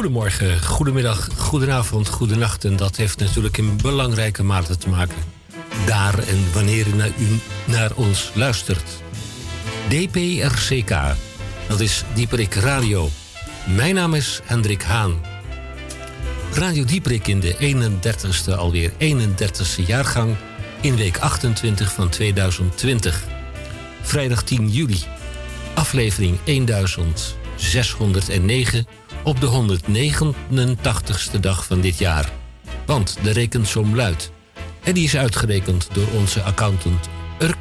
Goedemorgen, goedemiddag, goedenavond, goedenacht. En dat heeft natuurlijk in belangrijke mate te maken. Daar en wanneer u naar ons luistert. DPRCK, dat is Dieprik Radio. Mijn naam is Hendrik Haan. Radio Dieprik in de 31ste, alweer 31ste jaargang... in week 28 van 2020. Vrijdag 10 juli. Aflevering 1609 op de 189ste dag van dit jaar. Want de rekensom luidt. En die is uitgerekend door onze accountant Urk.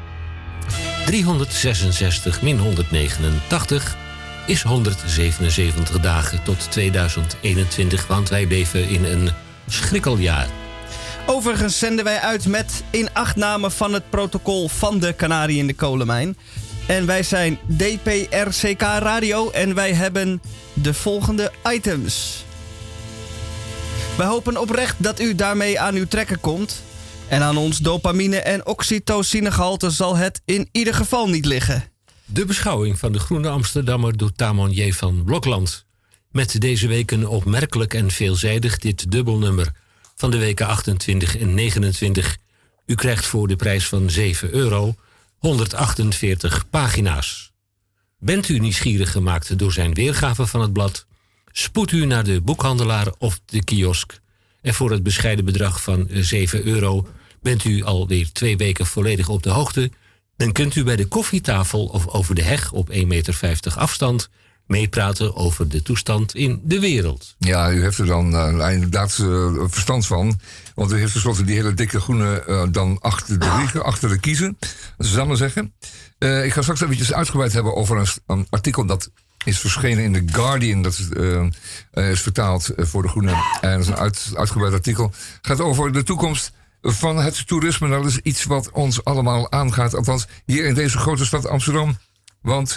366 min 189 is 177 dagen tot 2021, want wij leven in een schrikkeljaar. Overigens zenden wij uit met inachtname van het protocol van de Kanarie in de kolenmijn. En wij zijn DPRCK Radio en wij hebben de volgende items. Wij hopen oprecht dat u daarmee aan uw trekken komt. En aan ons dopamine- en oxytocinegehalte zal het in ieder geval niet liggen. De beschouwing van de Groene Amsterdammer door Tamon J. van Blokland. Met deze week een opmerkelijk en veelzijdig dit dubbelnummer van de weken 28 en 29. U krijgt voor de prijs van €7 148 pagina's. Bent u nieuwsgierig gemaakt door zijn weergave van het blad? Spoed u naar de boekhandelaar of de kiosk. En voor het bescheiden bedrag van €7 bent u alweer 2 weken volledig op de hoogte. Dan kunt u bij de koffietafel of over de heg op 1,50 meter afstand meepraten over de toestand in de wereld. Ja, u heeft er dan inderdaad verstand van. Want u heeft tenslotte die hele dikke groene dan achter de kiezen. Dat is maar zeggen. Ik ga straks eventjes uitgebreid hebben over een artikel dat is verschenen in The Guardian. Dat is vertaald voor de Groene. En dat is een uitgebreid artikel. Het gaat over de toekomst van het toerisme. Dat is iets wat ons allemaal aangaat. Althans, hier in deze grote stad Amsterdam. Want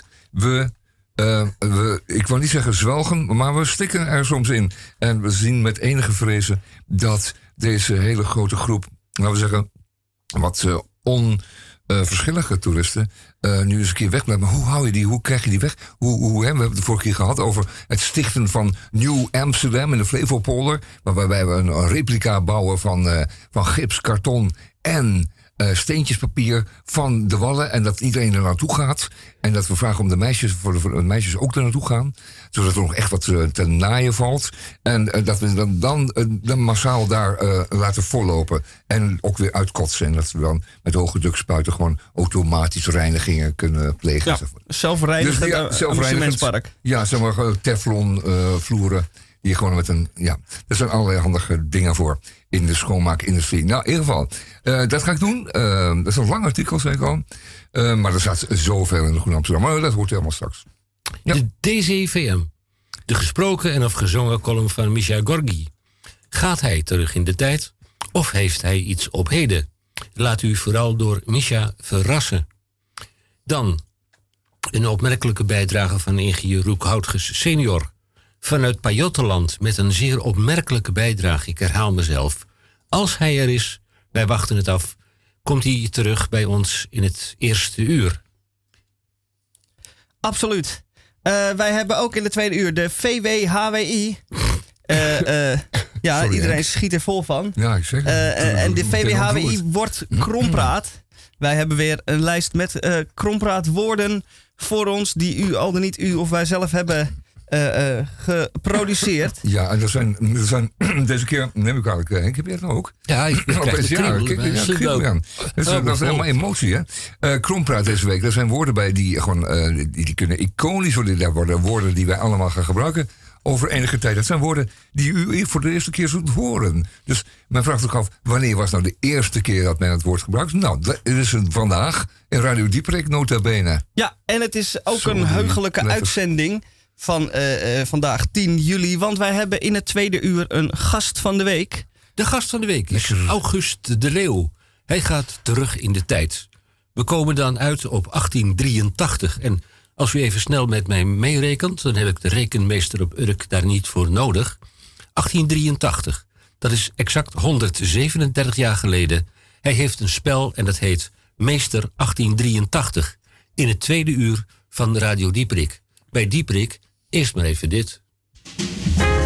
ik wil niet zeggen zwelgen, maar we stikken er soms in. En we zien met enige vrezen dat deze hele grote groep, laten we zeggen, wat onverschillige toeristen nu eens een keer wegblijven. Maar hoe hou je die? Hoe krijg je die weg? We hebben het de vorige keer gehad over het stichten van Nieuw Amsterdam in de Flevopolder, waarbij we een replica bouwen van gips, karton en steentjespapier van de Wallen. En dat iedereen er naartoe gaat. En dat we vragen om de meisjes, voor de meisjes ook er naartoe gaan. Zodat er nog echt wat te naaien valt. En dat we dan massaal daar laten vollopen. En ook weer uitkotsen. En dat we dan met hoge drukspuiten gewoon automatisch reinigingen kunnen plegen. Ja, zelfreinigend amusementspark. Ja, zeg maar Teflon vloeren. Die gewoon met er zijn allerlei handige dingen voor in de schoonmaakindustrie. Nou, in ieder geval, dat ga ik doen. Dat is een lang artikel, zeg ik al. Maar er staat zoveel in de Groene Amsterdam. Maar dat hoort helemaal straks. Ja. De DCVM. De gesproken en of gezongen column van Misha Gorgi. Gaat hij terug in de tijd? Of heeft hij iets op heden? Laat u vooral door Misha verrassen. Dan een opmerkelijke bijdrage van ingenieur Roek Houtges senior. Vanuit Pajottenland met een zeer opmerkelijke bijdrage. Ik herhaal mezelf. Als hij er is, wij wachten het af, komt hij terug bij ons in het eerste uur. Absoluut. Wij hebben ook in de tweede uur de VWHWI. Sorry, iedereen schiet er vol van. Ja, ik zeg en de VWHWI wordt Krompraat. Wij hebben weer een lijst met Krompraat woorden voor ons die u al dan niet u of wij zelf hebben geproduceerd. Ja, en er zijn deze keer, neem ik eigenlijk, heb je het nou ook? Ja, ik krijg de kriebel. Dat is helemaal emotie, hè? Krompraat deze week, er zijn woorden bij die gewoon, die kunnen iconisch worden, woorden die wij allemaal gaan gebruiken over enige tijd. Dat zijn woorden die u voor de eerste keer zult horen. Dus men vraagt zich af, wanneer was nou de eerste keer dat men het woord gebruikt? Nou, dat is vandaag in Radio Dieprik nota bene. Ja, en het is ook een heugelijke uitzending van vandaag 10 juli. Want wij hebben in het tweede uur een gast van de week. De gast van de week is August de Leeuw. Hij gaat terug in de tijd. We komen dan uit op 1883. En als u even snel met mij meerekent, dan heb ik de rekenmeester op Urk daar niet voor nodig. 1883. Dat is exact 137 jaar geleden. Hij heeft een spel en dat heet Meester 1883. In het tweede uur van Radio Dieprik. Bij Dieprik eerst maar even dit.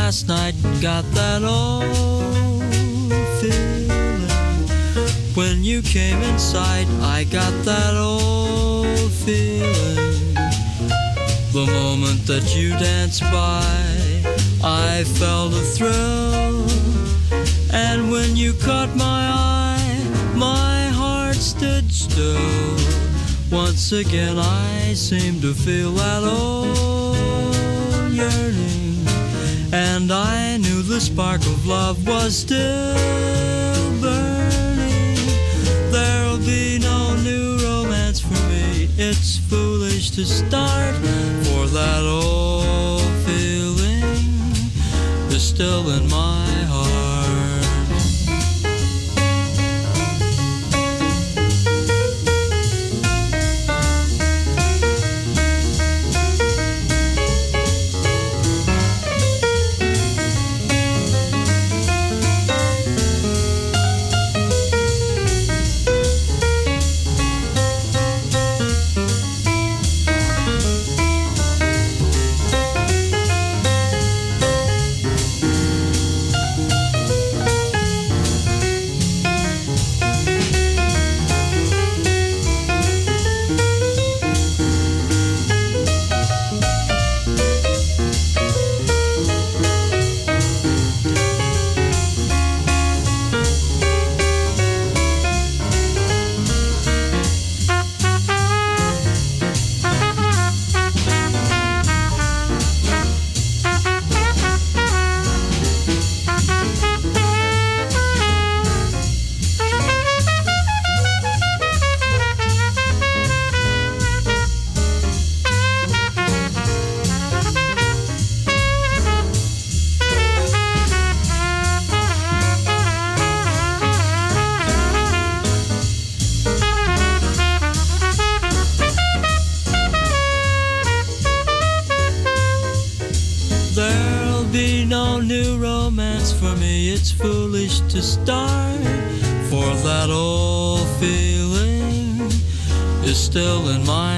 last night, got that old feeling. When you came inside, I got that old feeling. The moment that you danced by, I felt a thrill. And when you caught my eye, my heart stood still. Once again I seemed to feel that old yearning, and I knew the spark of love was still burning. There'll be no new romance for me, it's foolish to start, for that old feeling is still in my heart. To start, for that old feeling is still in my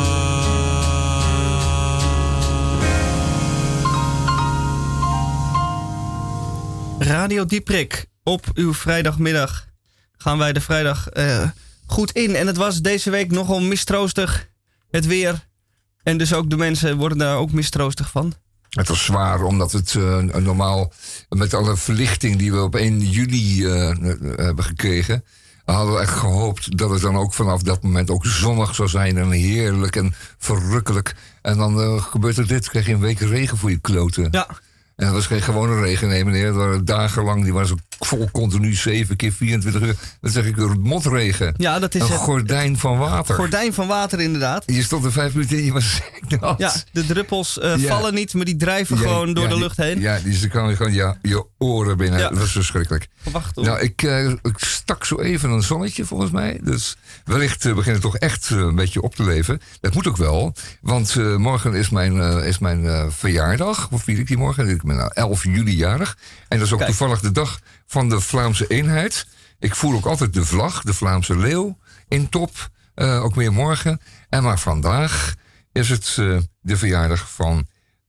heart. Radio Dieprik, op uw vrijdagmiddag gaan wij de vrijdag goed in. En het was deze week nogal mistroostig, het weer. En dus ook de mensen worden daar ook mistroostig van. Het was zwaar, omdat het normaal met alle verlichting die we op 1 juli hebben gekregen, hadden we echt gehoopt dat het dan ook vanaf dat moment ook zonnig zou zijn en heerlijk en verrukkelijk. En dan gebeurt er dit, krijg je een week regen voor je kloten. Ja. En dat was geen gewone regen, nee meneer. Dat waren dagenlang, die waren zo vol continu 7 keer 24 uur. Dat zeg ik, motregen. Ja, dat is een gordijn van water. Gordijn van water, inderdaad. Je stond er 5 minuten in, je was nat. Ja, de druppels vallen niet, maar die drijven gewoon door de lucht heen. Ja, die kan gewoon je oren binnen. Ja. Dat was verschrikkelijk. Wacht op. Nou, ik stak zo even een zonnetje, volgens mij. Dus wellicht begint het toch echt een beetje op te leven. Dat moet ook wel, want morgen is mijn verjaardag. Hoe vier ik die morgen? Ik ben 11 juli jarig. En dat is ook toevallig de dag van de Vlaamse eenheid. Ik voer ook altijd de vlag, de Vlaamse leeuw, in top. Ook weer morgen. En maar vandaag is het de verjaardag van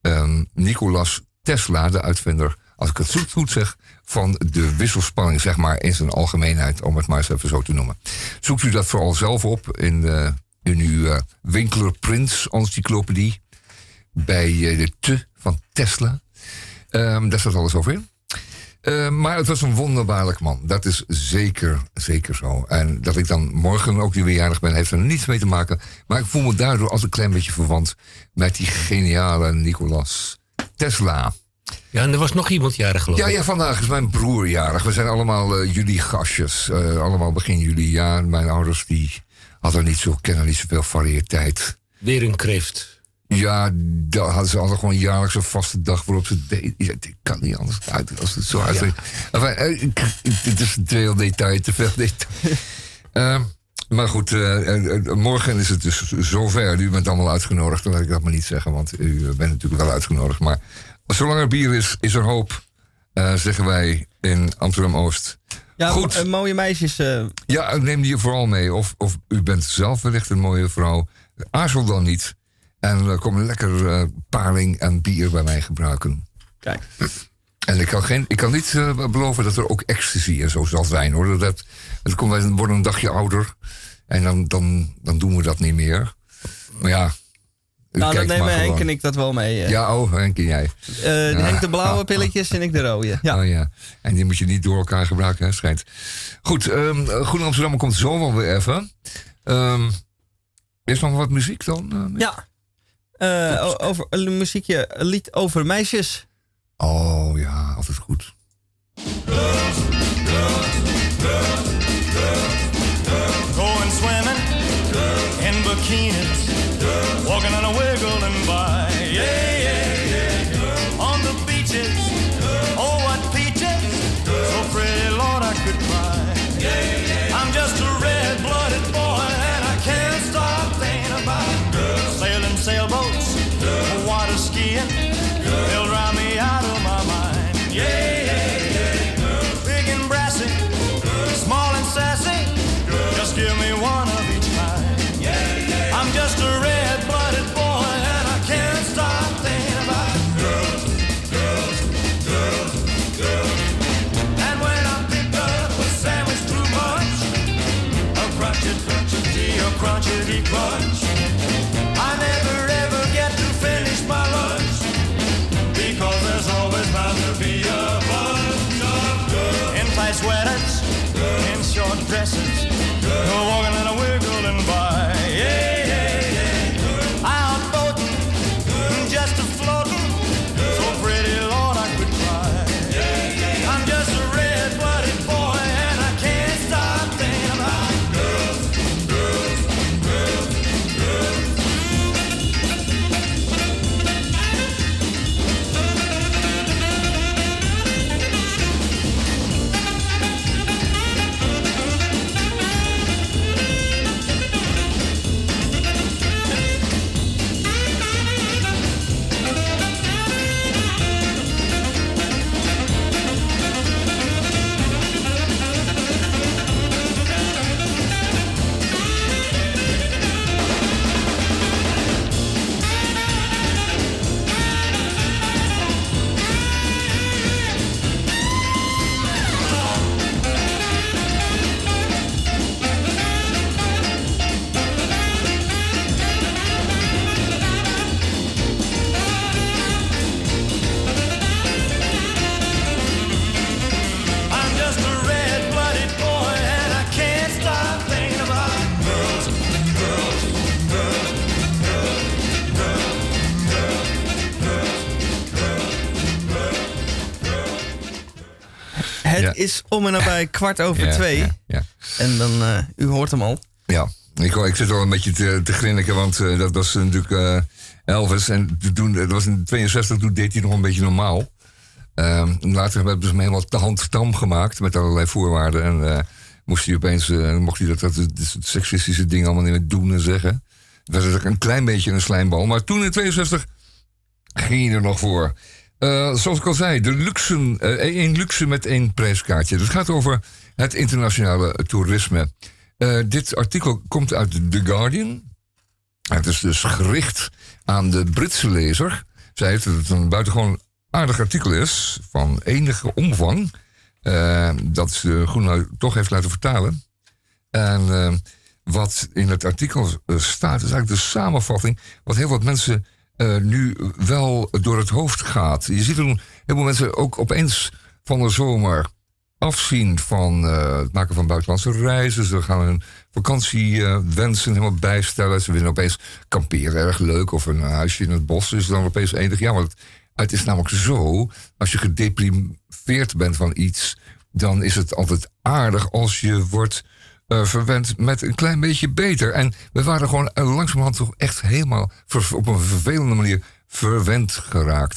Nikola Tesla, de uitvinder, als ik het goed zeg, van de wisselspanning, zeg maar, in zijn algemeenheid, om het maar eens even zo te noemen. Zoekt u dat vooral zelf op in uw Winkler Prins encyclopedie, bij de Te van Tesla. Daar staat alles over in. Maar het was een wonderbaarlijk man. Dat is zeker zo. En dat ik dan morgen ook weer jarig ben, heeft er niets mee te maken. Maar ik voel me daardoor als een klein beetje verwant met die geniale Nikola Tesla. Ja, en er was nog iemand jarig, geloof ik. Ja, vandaag is mijn broer jarig. We zijn allemaal juli-gastjes. Allemaal begin juli. Ja, mijn ouders die hadden niet zoveel variëteit. Weer een kreeft. Ja, dat hadden ze altijd gewoon jaarlijks een vaste dag waarop ze deden. Ik kan niet anders uit als het zo uitdrukt. Enfin, dit is te veel detail. Maar goed, morgen is het dus zover. U bent allemaal uitgenodigd, dan laat ik dat maar niet zeggen, want u bent natuurlijk wel uitgenodigd. Maar zolang er bier is, is er hoop, zeggen wij in Amsterdam-Oost. Ja, goed. Mooie meisjes. Ja, neem die vooral mee. Of u bent zelf wellicht een mooie vrouw. Aarzel dan niet. En kom lekker paling en bier bij mij gebruiken. Kijk. En ik kan niet beloven dat er ook ecstasy en zo zal zijn, hoor. Wij worden een dagje ouder. En dan doen we dat niet meer. Maar ja... Nou, dan nemen Henk en ik dat wel mee. Ja, Henk en jij. Henk de blauwe pilletjes en ik de rode. Ja. Oh ja, en die moet je niet door elkaar gebruiken, hè, schijnt. Goed, Groene Amsterdammer komt zo wel weer even. Is nog wat muziek dan? Ja, over een muziekje, een lied over meisjes. Oh ja, altijd goed. Going swimming in bikinis, walking on a wiggle and by. Yeah, yeah, yeah. On the beaches, oh what peaches, so pretty Lord I could cry. I'm just a red-blooded boy and I can't stop thinking about sailing sailboats, water skiing, they'll drown me out of my mind. Yeah, yeah, yeah. Big and brassy, small and sassy, just give me one of each kind. I'm just a red-blooded boy and I can't stop thinking about girls, girls, girls, girls. And when I pick up a sandwich too much, a crunchity, a crunchity crunch, I never ever get to finish my lunch, because there's always bound to be a bunch of girls in tight sweaters, in short dresses, walking in a wiggle and by. Yeah. Just a floating, so pretty Lord I could cry. I'm just a red-blooded boy and I can't stop thinking about girls, girls, girls, girls. Het is om en nabij 2:15. Ja. En dan, u hoort hem al. Ja, ik zit al een beetje te grinniken, want dat was natuurlijk Elvis. En dat was in 62, toen deed hij nog een beetje normaal. Later hebben ze hem helemaal te handtam gemaakt met allerlei voorwaarden. En mocht hij opeens, mocht hij dat seksistische ding allemaal niet meer doen en zeggen. Dat was ook een klein beetje een slijmbal. Maar toen in 62 ging hij er nog voor. Zoals ik al zei, één luxe met één prijskaartje. Het gaat over het internationale toerisme. Dit artikel komt uit The Guardian. Het is dus gericht aan de Britse lezer. Zij heeft dat het een buitengewoon aardig artikel is, van enige omvang. Dat ze Groenlo toch heeft laten vertalen. En wat in het artikel staat, is eigenlijk de samenvatting wat heel wat mensen nu wel door het hoofd gaat. Je ziet er heel veel mensen ook opeens van de zomer afzien van het maken van buitenlandse reizen. Ze gaan hun vakantiewensen helemaal bijstellen. Ze willen opeens kamperen erg leuk, of een huisje in het bos is dan opeens enig. Ja, want het is namelijk zo, als je gedeprimeerd bent van iets, dan is het altijd aardig als je wordt verwend met een klein beetje beter. En we waren gewoon langzamerhand toch echt helemaal op een vervelende manier verwend geraakt.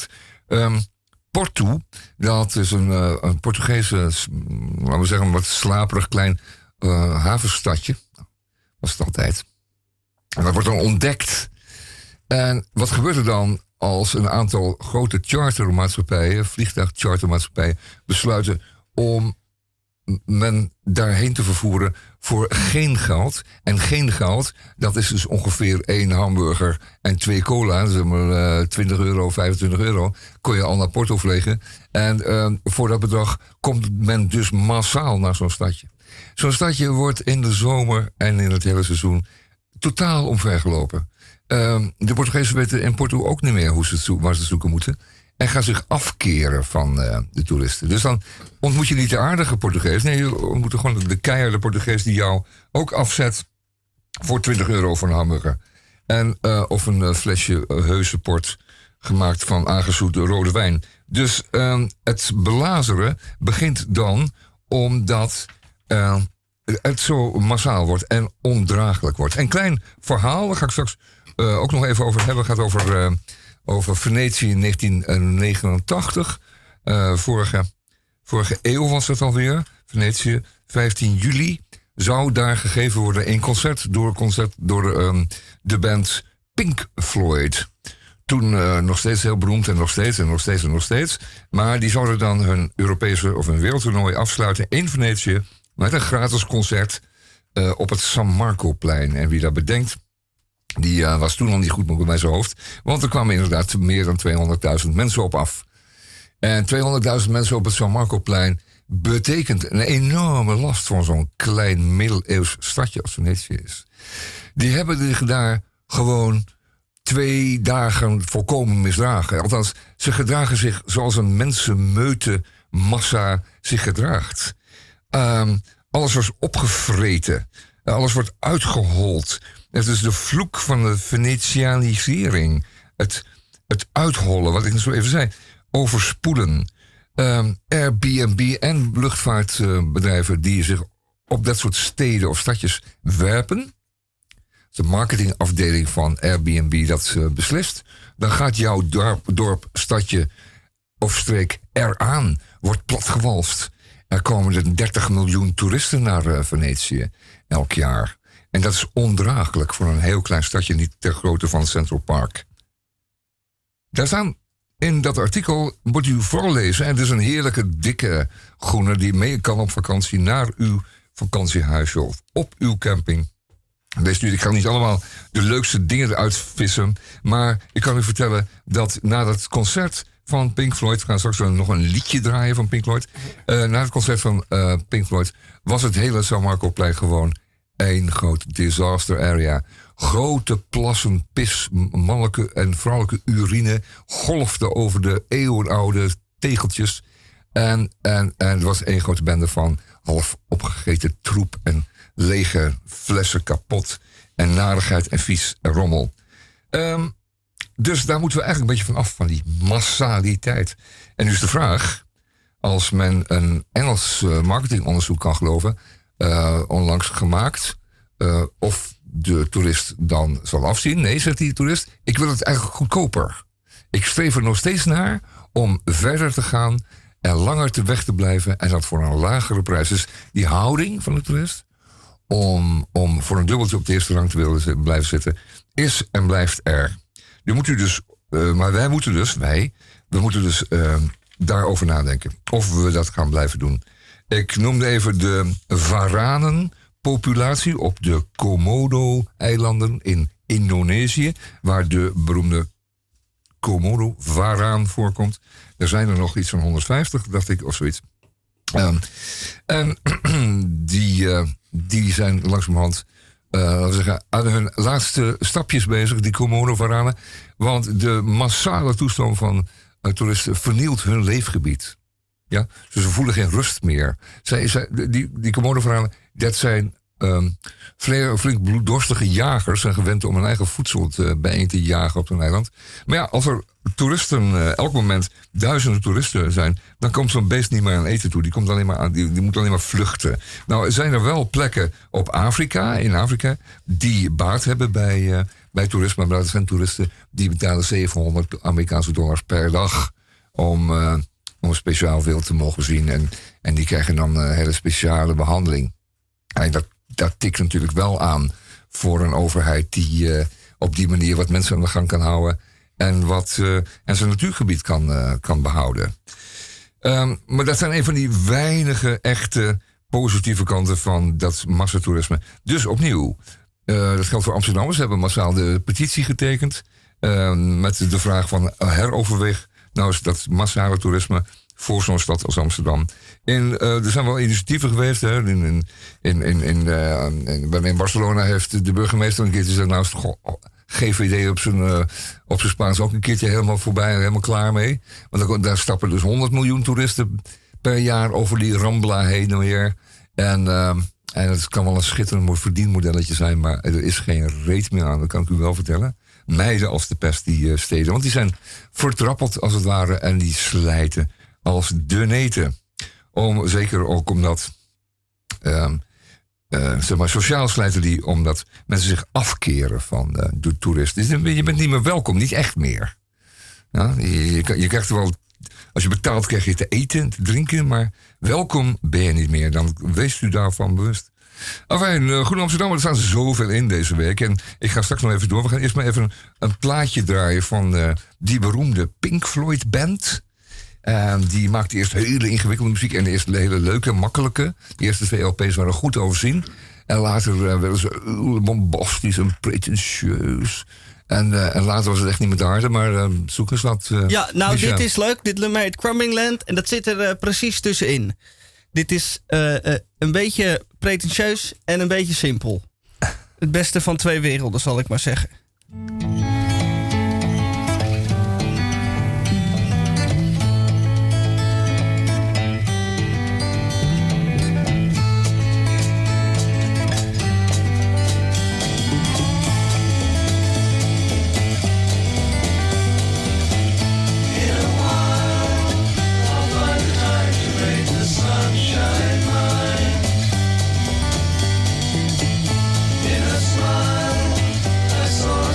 Porto, dat is een Portugese, laten we zeggen, een wat slaperig klein havenstadje. Was het altijd. En dat wordt dan ontdekt. En wat gebeurt er dan als een aantal grote chartermaatschappijen, vliegtuigchartermaatschappijen, besluiten om men daarheen te vervoeren voor geen geld. En geen geld, dat is dus ongeveer 1 hamburger en 2 cola. Zeg maar 20 euro, 25 euro. Kon je al naar Porto vliegen. En voor dat bedrag komt men dus massaal naar zo'n stadje. Zo'n stadje wordt in de zomer en in het hele seizoen totaal omvergelopen. De Portugezen weten in Porto ook niet meer waar ze zoeken moeten. En gaan zich afkeren van de toeristen. Dus dan ontmoet je niet de aardige Portugees. Nee, je ontmoet gewoon de keiharde Portugees die jou ook afzet voor 20 euro voor een hamburger. En, of een flesje heuzenport gemaakt van aangezoete rode wijn. Dus het belazeren begint dan omdat het zo massaal wordt en ondraaglijk wordt. Een klein verhaal, daar ga ik straks ook nog even over hebben. Het gaat over Venetië in 1989. Vorige eeuw was het alweer. Venetië, 15 juli. Zou daar gegeven worden een concert door de band Pink Floyd. Toen nog steeds heel beroemd en nog steeds. Maar die zouden dan hun Europese of hun wereldtoernooi afsluiten in Venetië met een gratis concert op het San Marcoplein. En wie dat bedenkt, die was toen al niet goed bij zijn hoofd. Want er kwamen inderdaad meer dan 200.000 mensen op af. En 200.000 mensen op het San Marcoplein betekent een enorme last voor zo'n klein middeleeuws stadje als Venetië is. Die hebben zich daar gewoon 2 dagen volkomen misdragen. Althans, ze gedragen zich zoals een mensenmeute massa zich gedraagt. Alles was opgevreten. Alles wordt uitgehold. Het is de vloek van de Venetianisering. Het uithollen, wat ik zo even zei. Overspoelen. Airbnb en luchtvaartbedrijven die zich op dat soort steden of stadjes werpen. De marketingafdeling van Airbnb dat beslist. Dan gaat jouw dorp, stadje of streek eraan. Wordt platgewalst. Er komen er 30 miljoen toeristen naar Venetië elk jaar. En dat is ondraaglijk voor een heel klein stadje, niet ter grootte van Central Park. Daar staan in dat artikel, moet u vooral lezen, en het is een heerlijke dikke groene die mee kan op vakantie naar uw vakantiehuisje of op uw camping. Wees nu, ik ga niet allemaal de leukste dingen eruit vissen, maar ik kan u vertellen dat na dat concert van Pink Floyd, we gaan straks nog een liedje draaien van Pink Floyd. Na het concert van Pink Floyd was het hele San Marcoplein gewoon één groot disaster area. Grote plassen pis, mannelijke en vrouwelijke urine golfden over de eeuwenoude tegeltjes. En er was één grote bende van half opgegeten troep en lege flessen kapot en narigheid en vies en rommel. Dus daar moeten we eigenlijk een beetje van af, van die massaliteit. En nu is de vraag, als men een Engels marketingonderzoek kan geloven, onlangs gemaakt, of de toerist dan zal afzien. Nee, zegt die toerist, ik wil het eigenlijk goedkoper. Ik streef er nog steeds naar om verder te gaan en langer te weg te blijven en dat voor een lagere prijs. Dus die houding van de toerist om voor een dubbeltje op de eerste rang te willen blijven zitten, is en blijft er. Nu moet u dus, maar wij moeten dus daarover nadenken. Of we dat gaan blijven doen. Ik noemde even de varanenpopulatie op de Komodo-eilanden in Indonesië, waar de beroemde Komodo-varaan voorkomt. Er zijn er nog iets van 150, dacht ik, of zoiets. En die zijn langzamerhand laten we zeggen, aan hun laatste stapjes bezig, die Komodo-varanen. Want de massale toestroom van toeristen vernielt hun leefgebied. Ja? Dus ze voelen geen rust meer. Die Komodo-varanen, dat zijn flink bloeddorstige jagers, zijn gewend om hun eigen voedsel bijeen te jagen op een eiland. Maar ja, als er toeristen, elk moment duizenden toeristen zijn, dan komt zo'n beest niet meer aan eten toe. Die komt alleen maar aan, die moet alleen maar vluchten. Nou, zijn er wel plekken in Afrika, die baat hebben bij toerisme. Maar dat zijn toeristen die betalen $700 per dag om een speciaal wild te mogen zien. En die krijgen dan een hele speciale behandeling. En dat tikt natuurlijk wel aan voor een overheid die op die manier wat mensen aan de gang kan houden en zijn natuurgebied kan behouden. Maar dat zijn een van die weinige echte positieve kanten van dat massatoerisme. Dus opnieuw, dat geldt voor Amsterdammers. Ze hebben massaal de petitie getekend. Met de vraag van heroverweeg nou is dat massale toerisme voor zo'n stad als Amsterdam. Er zijn wel initiatieven geweest. Hè. In Barcelona heeft de burgemeester een keertje gezegd, nou is het GVD op zijn Spaans ook een keertje helemaal voorbij en helemaal klaar mee. Want daar stappen dus 100 miljoen toeristen per jaar over die Rambla heen en weer. En het kan wel een schitterend verdienmodelletje zijn, maar er is geen reet meer aan, dat kan ik u wel vertellen. Meiden als de pest, die steden. Want die zijn vertrappeld als het ware en die slijten als de neten. Zeker ook omdat, sociaal slijten die omdat mensen zich afkeren van de toeristen. Dus je bent niet meer welkom, niet echt meer. Ja, je krijgt wel, als je betaalt krijg je te eten en te drinken, maar welkom ben je niet meer. Dan wees u daarvan bewust. Enfin, Goed Amsterdam, er staan zoveel in deze week. En ik ga straks nog even door. We gaan eerst maar even een plaatje draaien van die beroemde Pink Floyd band. Die maakte eerst hele ingewikkelde muziek en eerst hele leuke, makkelijke. De eerste 2 LP's waren goed overzien. En later werden ze bombastisch en pretentieus. En later was het echt niet meer te harde, maar zoek eens wat. Ja, nou, dit is leuk. Dit nummer heet Crumbling Land en dat zit er precies tussenin. Dit is een beetje pretentieus en een beetje simpel. Het beste van 2 werelden, zal ik maar zeggen. I saw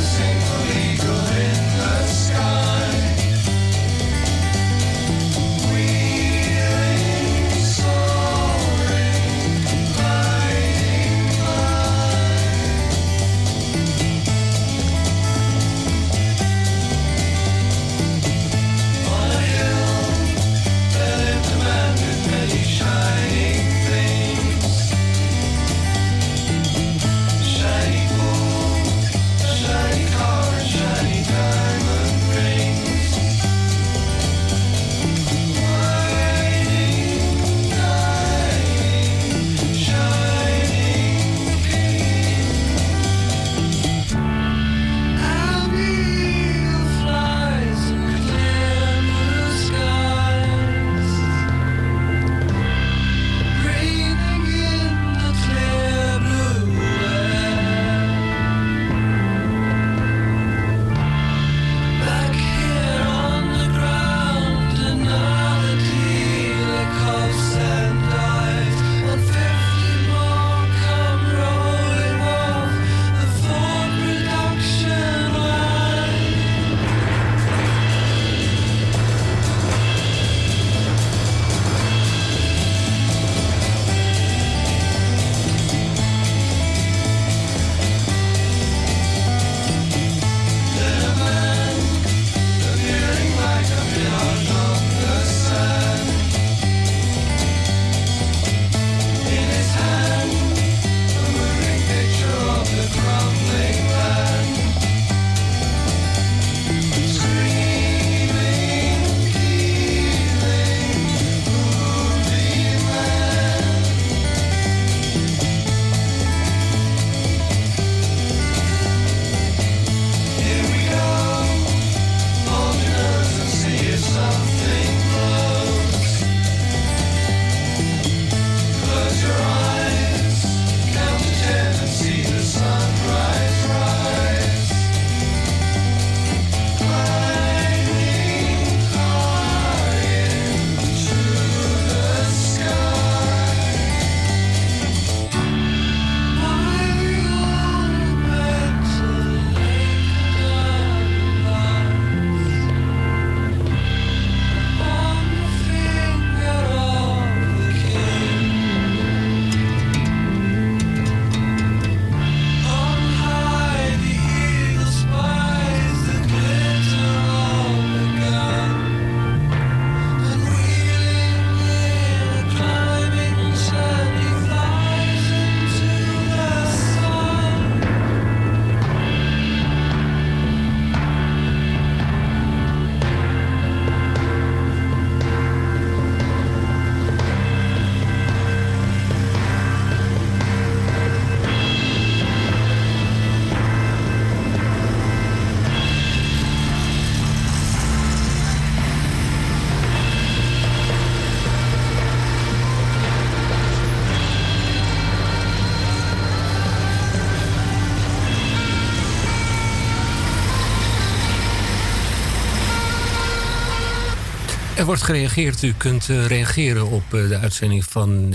Er wordt gereageerd. U kunt reageren op de uitzending van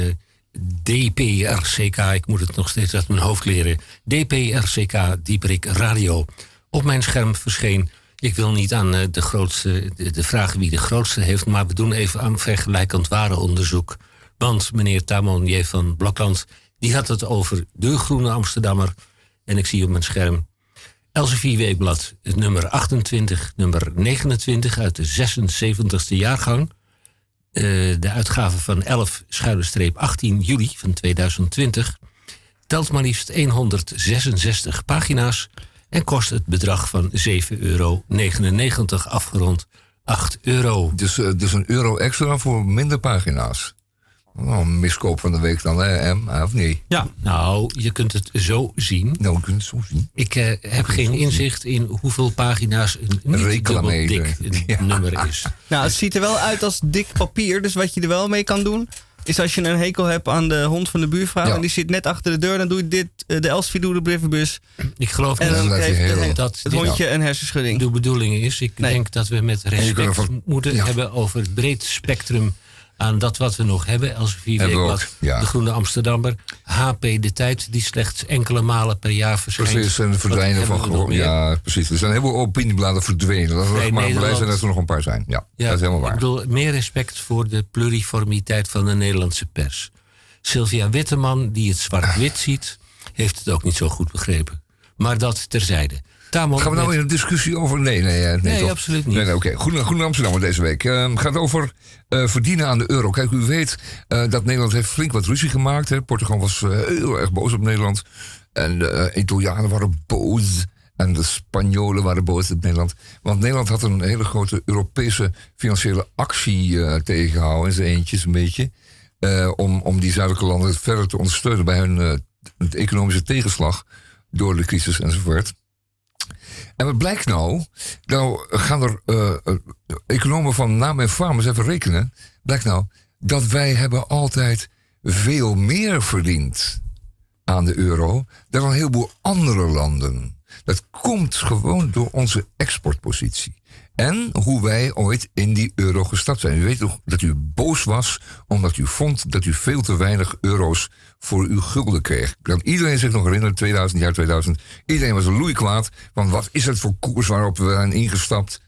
DPRCK. Ik moet het nog steeds uit mijn hoofd leren. DPRCK, Dieprik Radio. Op mijn scherm verscheen. Ik wil niet aan de vraag wie de grootste heeft, maar we doen even aan vergelijkend warenonderzoek. Want meneer Tamon J. van Blokland, die had het over de Groene Amsterdammer. En ik zie op mijn scherm Elsevier Weekblad, het nummer 28, nummer 29 uit de 76e jaargang. De uitgave van 11/18 juli van 2020 telt maar liefst 166 pagina's en kost het bedrag van €7,99 afgerond €8. Dus €1 extra voor minder pagina's. Nou, een miskoop van de week dan, hè, M, of niet? Ja, nou, je kunt het zo zien. Nou, je kunt het zo zien. Ik heb geen inzicht in hoeveel pagina's een niet dubbel dik nummer is. Nou, het ziet er wel uit als dik papier. Dus wat je er wel mee kan doen, is als je een hekel hebt aan de hond van de buurvrouw en die zit net achter de deur, dan doe je dit, de Elsevier doe de brievenbus. Ik geloof en dan heeft dat het hondje een hersenschudding. De bedoeling is, ik denk dat we met respect moeten hebben over het breed spectrum aan dat wat we nog hebben. Elsevier Weekblad, de Groene Amsterdammer, HP De Tijd, die slechts enkele malen per jaar verschijnt. Precies, en verdwijnen van... Ja, precies. Er zijn heel veel opiniebladen verdwenen. Dat is maar blij zijn dat er nog een paar zijn. Ja, dat is helemaal waar. Ik bedoel, meer respect voor de pluriformiteit van de Nederlandse pers. Sylvia Witteman, die het zwart-wit ziet, heeft het ook niet zo goed begrepen. Maar dat terzijde. Tamon, gaan we nou in een discussie over... Nee, absoluut niet. Nee, oké. Groene Amsterdam deze week. Gaat over verdienen aan de euro. Kijk, u weet dat Nederland heeft flink wat ruzie gemaakt. Hè. Portugal was heel erg boos op Nederland. En de Italianen waren boos. En de Spanjolen waren boos op Nederland. Want Nederland had een hele grote Europese financiële actie tegengehouden. In zijn eentjes een beetje. Om die zuidelijke landen verder te ondersteunen bij hun economische tegenslag. Door de crisis enzovoort. En wat blijkt nou? Nou gaan er economen van naam en faam eens even rekenen. Blijkt nou dat wij hebben altijd veel meer verdiend aan de euro dan een heleboel andere landen. Dat komt gewoon door onze exportpositie. En hoe wij ooit in die euro gestapt zijn. U weet toch dat u boos was omdat u vond dat u veel te weinig euro's voor uw gulden kreeg. Kan iedereen zich nog herinneren, 2000. Iedereen was een loeikwaad. Want wat is het voor koers waarop we zijn ingestapt?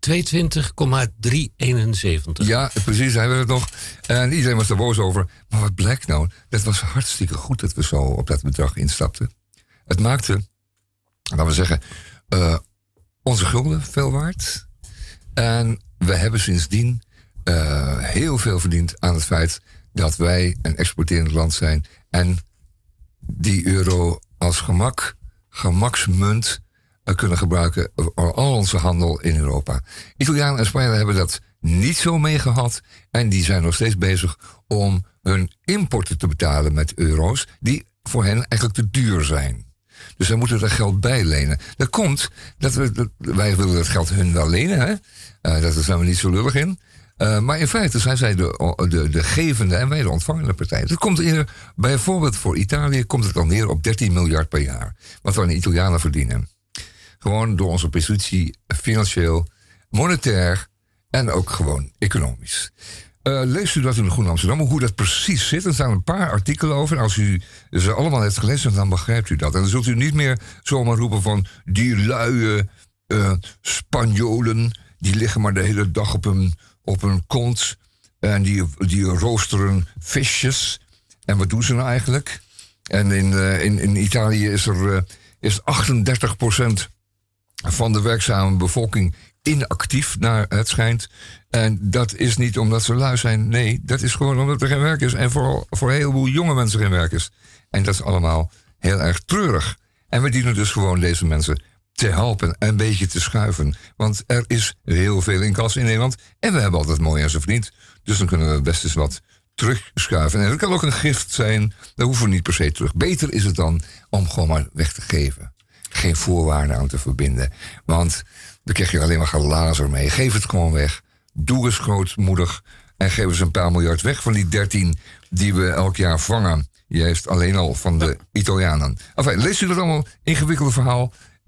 22,371. Ja, precies, hebben we het nog. En iedereen was er boos over. Maar wat blijkt nou? Dat was hartstikke goed dat we zo op dat bedrag instapten. Het maakte, laten we zeggen, onze gulden veel waard. En we hebben sindsdien heel veel verdiend aan het feit dat wij een exporterend land zijn. En die euro als gemaksmunt kunnen gebruiken voor al onze handel in Europa. Italianen en Spanjaarden hebben dat niet zo mee gehad. En die zijn nog steeds bezig om hun importen te betalen met euro's die voor hen eigenlijk te duur zijn. Dus zij moeten er geld bij lenen. Dat komt dat wij willen dat geld hun wel lenen. Hè? Daar zijn we niet zo lullig in. Maar in feite zijn zij de gevende en wij de ontvangende partij. Dat komt bijvoorbeeld voor Italië komt het dan neer op 13 miljard per jaar. Wat we aan de Italianen verdienen. Gewoon door onze positie financieel, monetair en ook gewoon economisch. Leest u dat in de Groene Amsterdam, hoe dat precies zit? Er staan een paar artikelen over. Als u ze allemaal heeft gelezen, dan begrijpt u dat. En dan zult u niet meer zomaar roepen van die luie Spanjolen, die liggen maar de hele dag op hun kont. En die roosteren visjes. En wat doen ze nou eigenlijk? En in Italië is 38% van de werkzame bevolking inactief, naar het schijnt. En dat is niet omdat ze lui zijn. Nee, dat is gewoon omdat er geen werk is. En vooral voor een heleboel jonge mensen geen werk is. En dat is allemaal heel erg treurig. En we dienen dus gewoon deze mensen te helpen en een beetje te schuiven. Want er is heel veel in kas in Nederland. En we hebben altijd mooi aan ze verdiend. Dus dan kunnen we best eens wat terugschuiven. En dat kan ook een gift zijn. Daar hoeven we niet per se terug. Beter is het dan om gewoon maar weg te geven. Geen voorwaarden aan te verbinden. Want dan krijg je alleen maar gelazer mee. Geef het gewoon weg. Doe eens grootmoedig. En geef eens een paar miljard weg van die 13 die we elk jaar vangen. Je heeft alleen al van de Italianen. Enfin, leest u dat allemaal ingewikkelde verhaal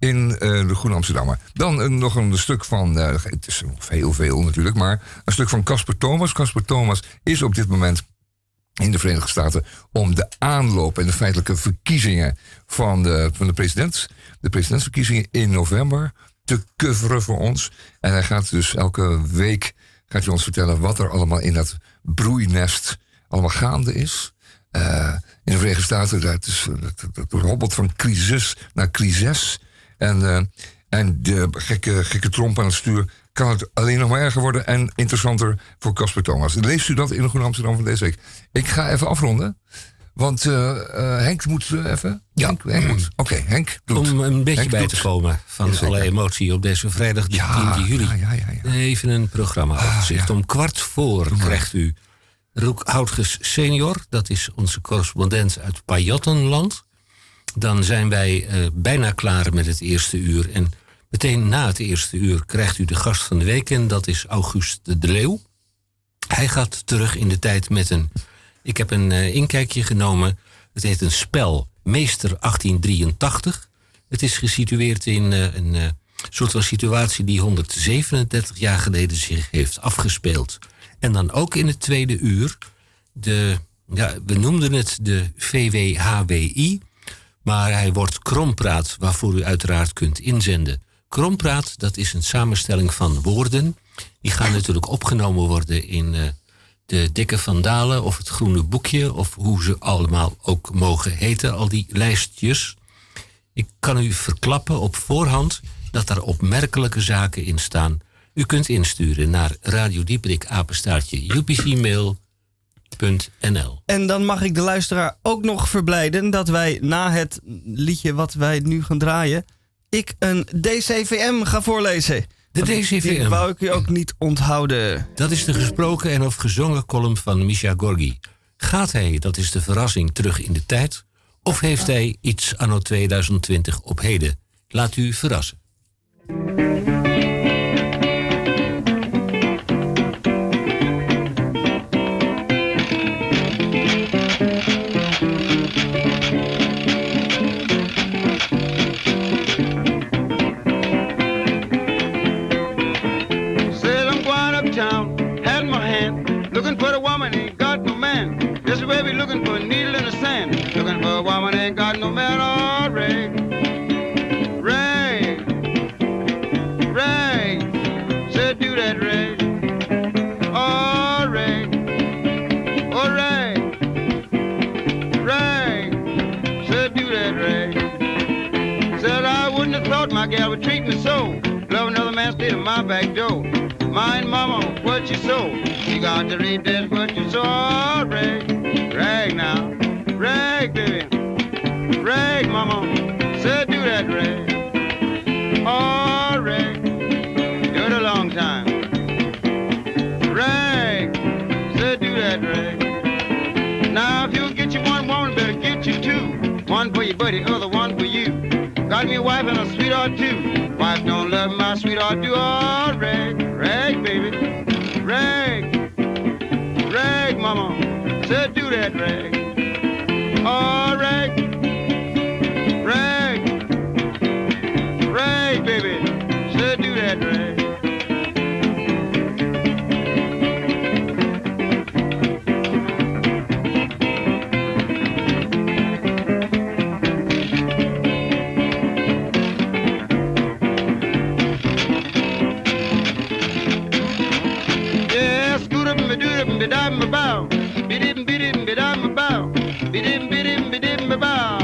in de Groene Amsterdammer. Dan nog een stuk van, het is veel natuurlijk, maar een stuk van Casper Thomas. Casper Thomas is op dit moment in de Verenigde Staten om de aanloop en de feitelijke verkiezingen van de presidentsverkiezingen in november te coveren voor ons. En hij gaat dus elke week ons vertellen wat er allemaal in dat broeinest allemaal gaande is. In de Verenigde Staten, dat hobbelt van crisis naar crisis. En de gekke Trump aan het stuur kan het alleen nog maar erger worden en interessanter voor Casper Thomas. Leest u dat in de Groene Amsterdam van deze week? Ik ga even afronden, want Henk moet even... Ja. Henk moet. Oké, Henk doet. Om een beetje Henk bij doet. te komen van alle emotie op deze vrijdag de 10e juli. Ja. Even een programma-overzicht. Om 15:15 krijgt u Roek Houtges senior. Dat is onze correspondent uit Pajottenland. Dan zijn wij bijna klaar met het eerste uur. En meteen na het eerste uur krijgt u de gast van de week. En dat is August de Leeuw. Hij gaat terug in de tijd met een... Ik heb een inkijkje genomen. Het heet een spel Meester 1883. Het is gesitueerd in een soort van situatie die 137 jaar geleden zich heeft afgespeeld. En dan ook in het tweede uur we noemden het de VWHWI, maar hij wordt Krompraat, waarvoor u uiteraard kunt inzenden. Krompraat, dat is een samenstelling van woorden. Die gaan natuurlijk opgenomen worden in de Dikke Vandalen of het Groene Boekje, of hoe ze allemaal ook mogen heten, al die lijstjes. Ik kan u verklappen op voorhand dat daar opmerkelijke zaken in staan. U kunt insturen naar radiodieprik@upcmail.nl. En dan mag ik de luisteraar ook nog verblijden dat wij na het liedje wat wij nu gaan draaien, ik een DCVM ga voorlezen. De DCVM. Die wou ik u ook niet onthouden. Dat is de gesproken en of gezongen column van Misha Gorgi. Gaat hij, dat is de verrassing, terug in de tijd? Of heeft hij iets anno 2020 op heden? Laat u verrassen. Looking for a woman, ain't got no man. Just a baby looking for a needle in the sand. Looking for a woman, ain't got no man. Oh, Ray, Ray, Ray, said do that, Ray. Oh, Ray, oh, Ray, Ray, said do that, Ray. Said I wouldn't have thought my gal would treat me so. Love another man stayed at my back door. Mind mama, what you sow? You got to read this, what you saw. Rag, rag now, rag, baby, rag, mama. Said do that, rag. Oh, rag, do it a long time. Rag, said do that, rag. Now if you get you one woman, better get you two. One for your buddy, other one for you. Got me a wife and a sweetheart too. Wife don't love my sweetheart too. Oh, rag, rag, baby, rag. Rag, mama, said do that, rag. Oh, rag, rag, rag, baby, said do that, rag. Yeah, scoot up and be do it and be diving my bow. Be didn't be diving my bow. Be didn't be my bow.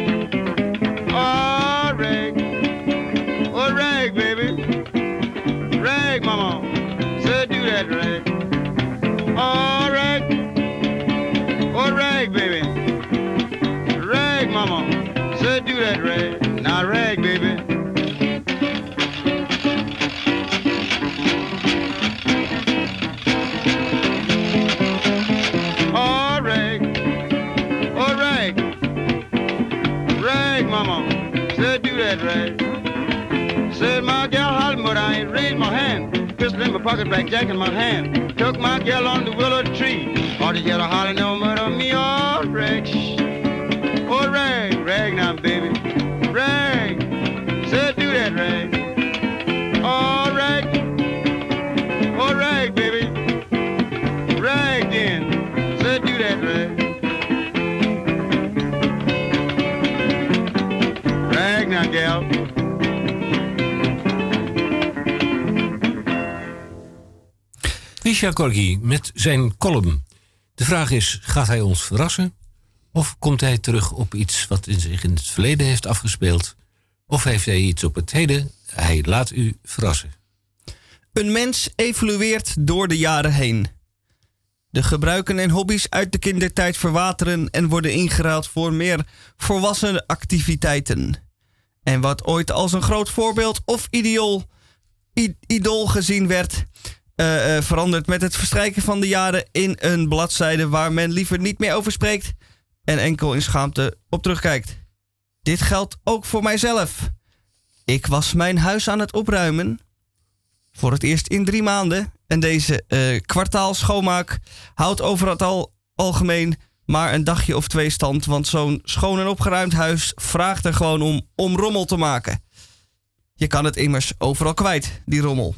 Oh, rag. Oh, rag, baby. Rag, mama. Said do that, rag. Oh, rag. Oh, rag, baby. Rag, mama. Said do that, rag. Now, rag, baby. Mama, said do that right. Said my gal hollering, but I ain't raised my hand. Pistol in my pocket, blackjack in my hand. Took my gal on the willow tree. All the yellow hollering no murder me, oh rag. Oh rag, rag now baby, rag. Said Misha Corgi met zijn column. De vraag is, gaat hij ons verrassen? Of komt hij terug op iets wat zich in het verleden heeft afgespeeld? Of heeft hij iets op het heden? Hij laat u verrassen. Een mens evolueert door de jaren heen. De gebruiken en hobby's uit de kindertijd verwateren en worden ingeruild voor meer volwassen activiteiten. En wat ooit als een groot voorbeeld of idool gezien werd, verandert met het verstrijken van de jaren in een bladzijde waar men liever niet meer over spreekt en enkel in schaamte op terugkijkt. Dit geldt ook voor mijzelf. Ik was mijn huis aan het opruimen. Voor het eerst in 3 maanden. En deze kwartaal schoonmaak houdt over het algemeen maar een dagje of 2 stand. Want zo'n schoon en opgeruimd huis vraagt er gewoon om rommel te maken. Je kan het immers overal kwijt, die rommel.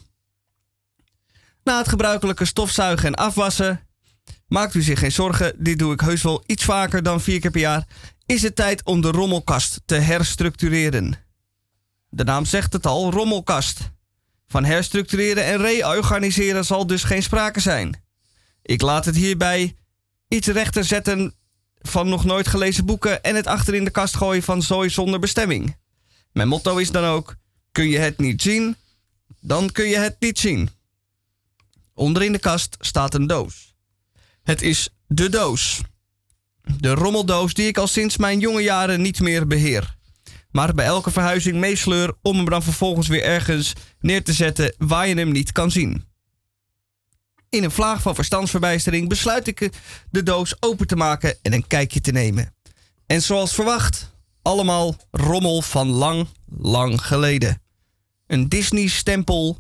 Na het gebruikelijke stofzuigen en afwassen, maakt u zich geen zorgen, dit doe ik heus wel iets vaker dan 4 keer per jaar, is het tijd om de rommelkast te herstructureren. De naam zegt het al, rommelkast. Van herstructureren en reorganiseren zal dus geen sprake zijn. Ik laat het hierbij iets rechter zetten van nog nooit gelezen boeken en het achter in de kast gooien van zooi zonder bestemming. Mijn motto is dan ook, kun je het niet zien, dan kun je het niet zien. Onder in de kast staat een doos. Het is de doos. De rommeldoos die ik al sinds mijn jonge jaren niet meer beheer. Maar bij elke verhuizing meesleur om hem dan vervolgens weer ergens neer te zetten waar je hem niet kan zien. In een vlaag van verstandsverbijstering besluit ik de doos open te maken en een kijkje te nemen. En zoals verwacht, allemaal rommel van lang, lang geleden. Een Disney-stempel,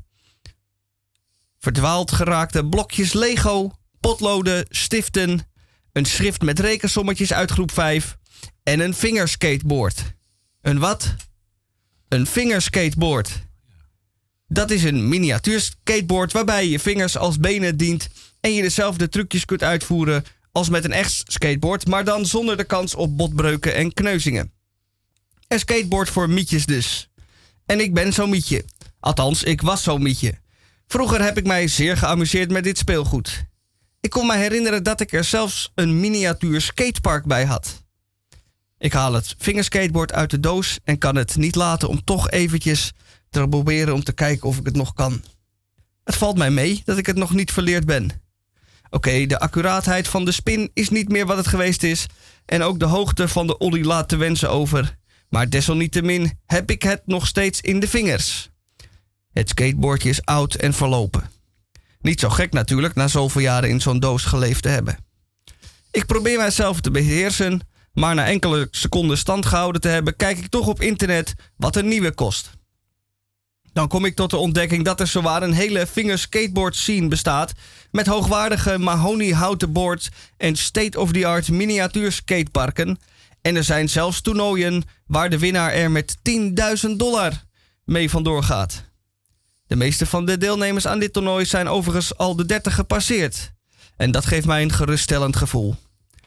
verdwaald geraakte blokjes Lego, potloden, stiften, een schrift met rekensommetjes uit groep 5 en een vingerskateboard. Een wat? Een vingerskateboard. Dat is een miniatuurskateboard waarbij je vingers als benen dient en je dezelfde trucjes kunt uitvoeren als met een echt skateboard, maar dan zonder de kans op botbreuken en kneuzingen. Een skateboard voor mietjes dus. En ik ben zo'n mietje. Althans, ik was zo'n mietje. Vroeger heb ik mij zeer geamuseerd met dit speelgoed. Ik kon me herinneren dat ik er zelfs een miniatuur skatepark bij had. Ik haal het vingerskateboard uit de doos en kan het niet laten om toch eventjes te proberen om te kijken of ik het nog kan. Het valt mij mee dat ik het nog niet verleerd ben. Oké, de accuraatheid van de spin is niet meer wat het geweest is en ook de hoogte van de ollie laat te wensen over. Maar desalniettemin heb ik het nog steeds in de vingers. Het skateboardje is oud en verlopen. Niet zo gek natuurlijk na zoveel jaren in zo'n doos geleefd te hebben. Ik probeer mijzelf te beheersen, maar na enkele seconden stand gehouden te hebben, kijk ik toch op internet wat een nieuwe kost. Dan kom ik tot de ontdekking dat er zowaar een hele fingerskateboard scene bestaat met hoogwaardige mahoniehouten boards en state-of-the-art miniatuur skateparken. En er zijn zelfs toernooien waar de winnaar er met $10.000 mee vandoor gaat. De meeste van de deelnemers aan dit toernooi zijn overigens al de 30 gepasseerd. En dat geeft mij een geruststellend gevoel.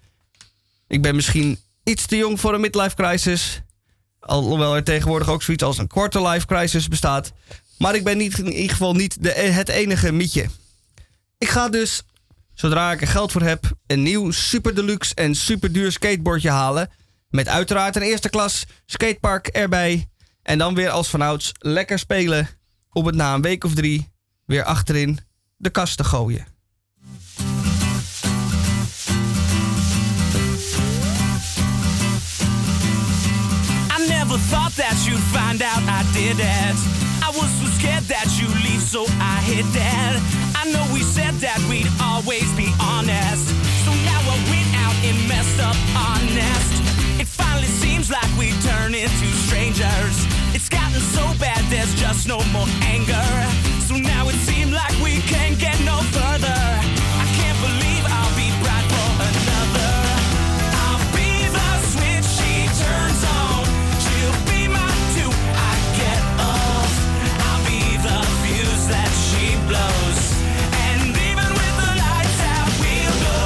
Ik ben misschien iets te jong voor een midlife crisis, alhoewel er tegenwoordig ook zoiets als een quarterlife crisis bestaat. Maar ik ben in ieder geval niet het enige mietje. Ik ga dus, zodra ik er geld voor heb, een nieuw super deluxe en super duur skateboardje halen. Met uiteraard een eerste klas skatepark erbij. En dan weer als vanouds lekker spelen om het na een week of 3 weer achterin de kast te gooien. Never thought that you'd find out I did it. I was so scared that you'd leave, so I hid that. I know we said that we'd always be honest, so now I went out and messed up our nest. It finally seems like we turn into strangers. It's gotten so bad there's just no more anger. So now it seems like we can't get no further. I can't believe I'll be bride for another. I'll be the switch she turns on. That she blows, and even with the lights out, we'll go.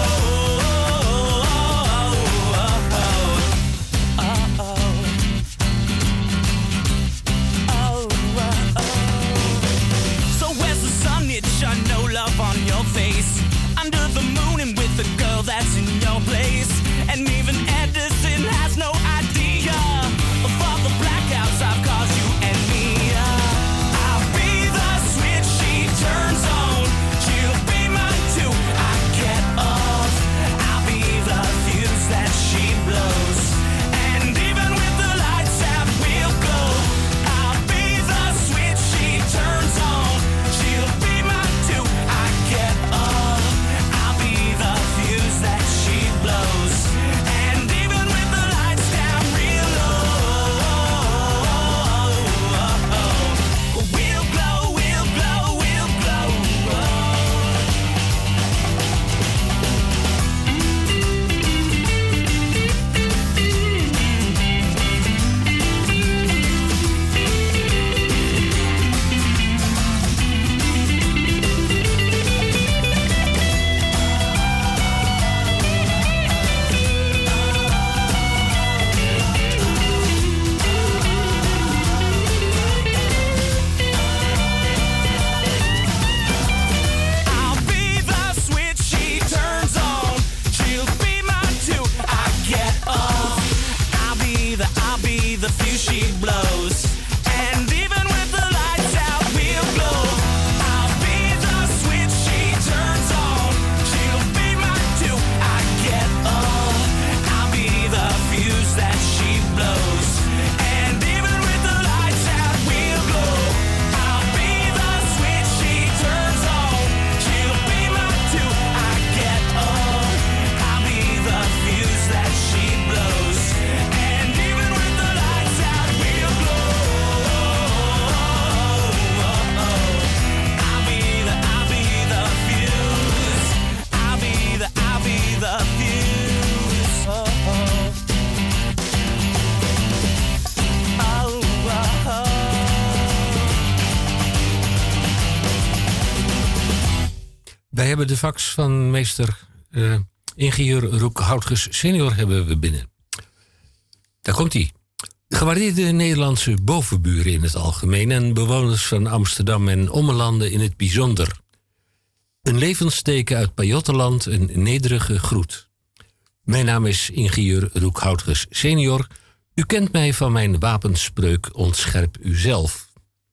Wij hebben de fax van meester ingenieur Roek Houtges senior hebben we binnen. Daar komt hij. Gewaardeerde Nederlandse bovenburen in het algemeen en bewoners van Amsterdam en ommelanden in het bijzonder. Een levensteken uit Pajottenland, een nederige groet. Mijn naam is ingenieur Roek Houtges senior. U kent mij van mijn wapenspreuk ontscherp uzelf.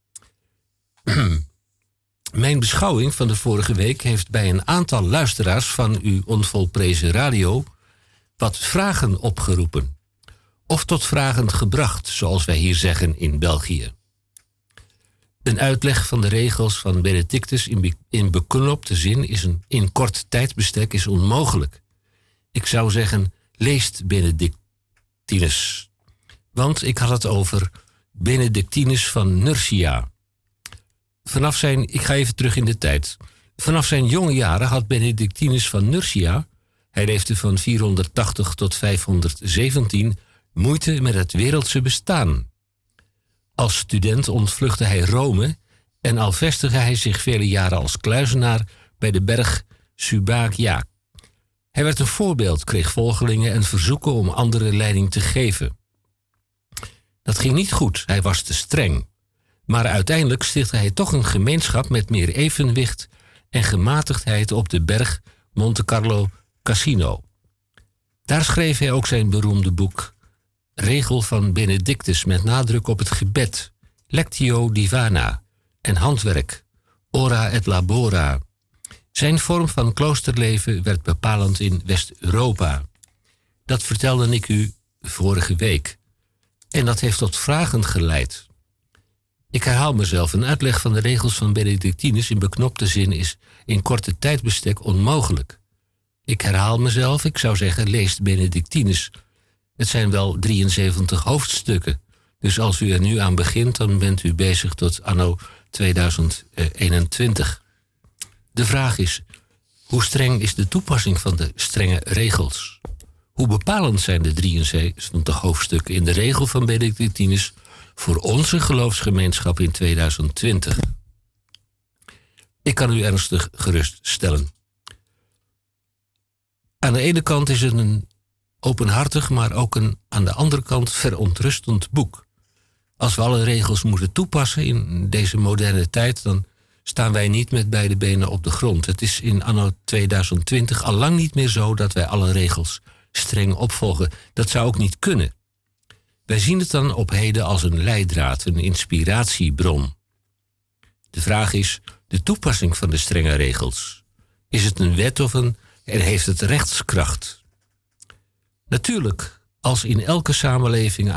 Mijn beschouwing van de vorige week heeft bij een aantal luisteraars van uw onvolprezen radio wat vragen opgeroepen. Of tot vragen gebracht, zoals wij hier zeggen in België. Een uitleg van de regels van Benedictus in beknopte zin in kort tijdbestek is onmogelijk. Ik zou zeggen, leest Benedictinus. Want ik had het over Benedictinus van Nursia. Ik ga even terug in de tijd. Vanaf zijn jonge jaren had Benedictinus van Nursia, hij leefde van 480 tot 517, moeite met het wereldse bestaan. Als student ontvluchtte hij Rome en al vestigde hij zich vele jaren als kluizenaar bij de berg Subagia. Hij werd een voorbeeld, kreeg volgelingen en verzoeken om anderen leiding te geven. Dat ging niet goed, hij was te streng. Maar uiteindelijk stichtte hij toch een gemeenschap met meer evenwicht en gematigdheid op de berg Monte Carlo Cassino. Daar schreef hij ook zijn beroemde boek Regel van Benedictus met nadruk op het gebed, Lectio Divina en handwerk, Ora et Labora. Zijn vorm van kloosterleven werd bepalend in West-Europa. Dat vertelde ik u vorige week. En dat heeft tot vragen geleid. Ik herhaal mezelf, een uitleg van de regels van Benedictinus in beknopte zin is in korte tijdbestek onmogelijk. Ik herhaal mezelf, ik zou zeggen, leest Benedictinus. Het zijn wel 73 hoofdstukken. Dus als u er nu aan begint, dan bent u bezig tot anno 2021. De vraag is, hoe streng is de toepassing van de strenge regels? Hoe bepalend zijn de 73 hoofdstukken in de regel van Benedictinus voor onze geloofsgemeenschap in 2020? Ik kan u ernstig geruststellen. Aan de ene kant is het een openhartig, maar ook aan de andere kant verontrustend boek. Als we alle regels moeten toepassen in deze moderne tijd, dan staan wij niet met beide benen op de grond. Het is in anno 2020 al lang niet meer zo dat wij alle regels streng opvolgen. Dat zou ook niet kunnen. Wij zien het dan op heden als een leidraad, een inspiratiebron. De vraag is de toepassing van de strenge regels. Is het een wet en heeft het rechtskracht? Natuurlijk, als er in elke samenleving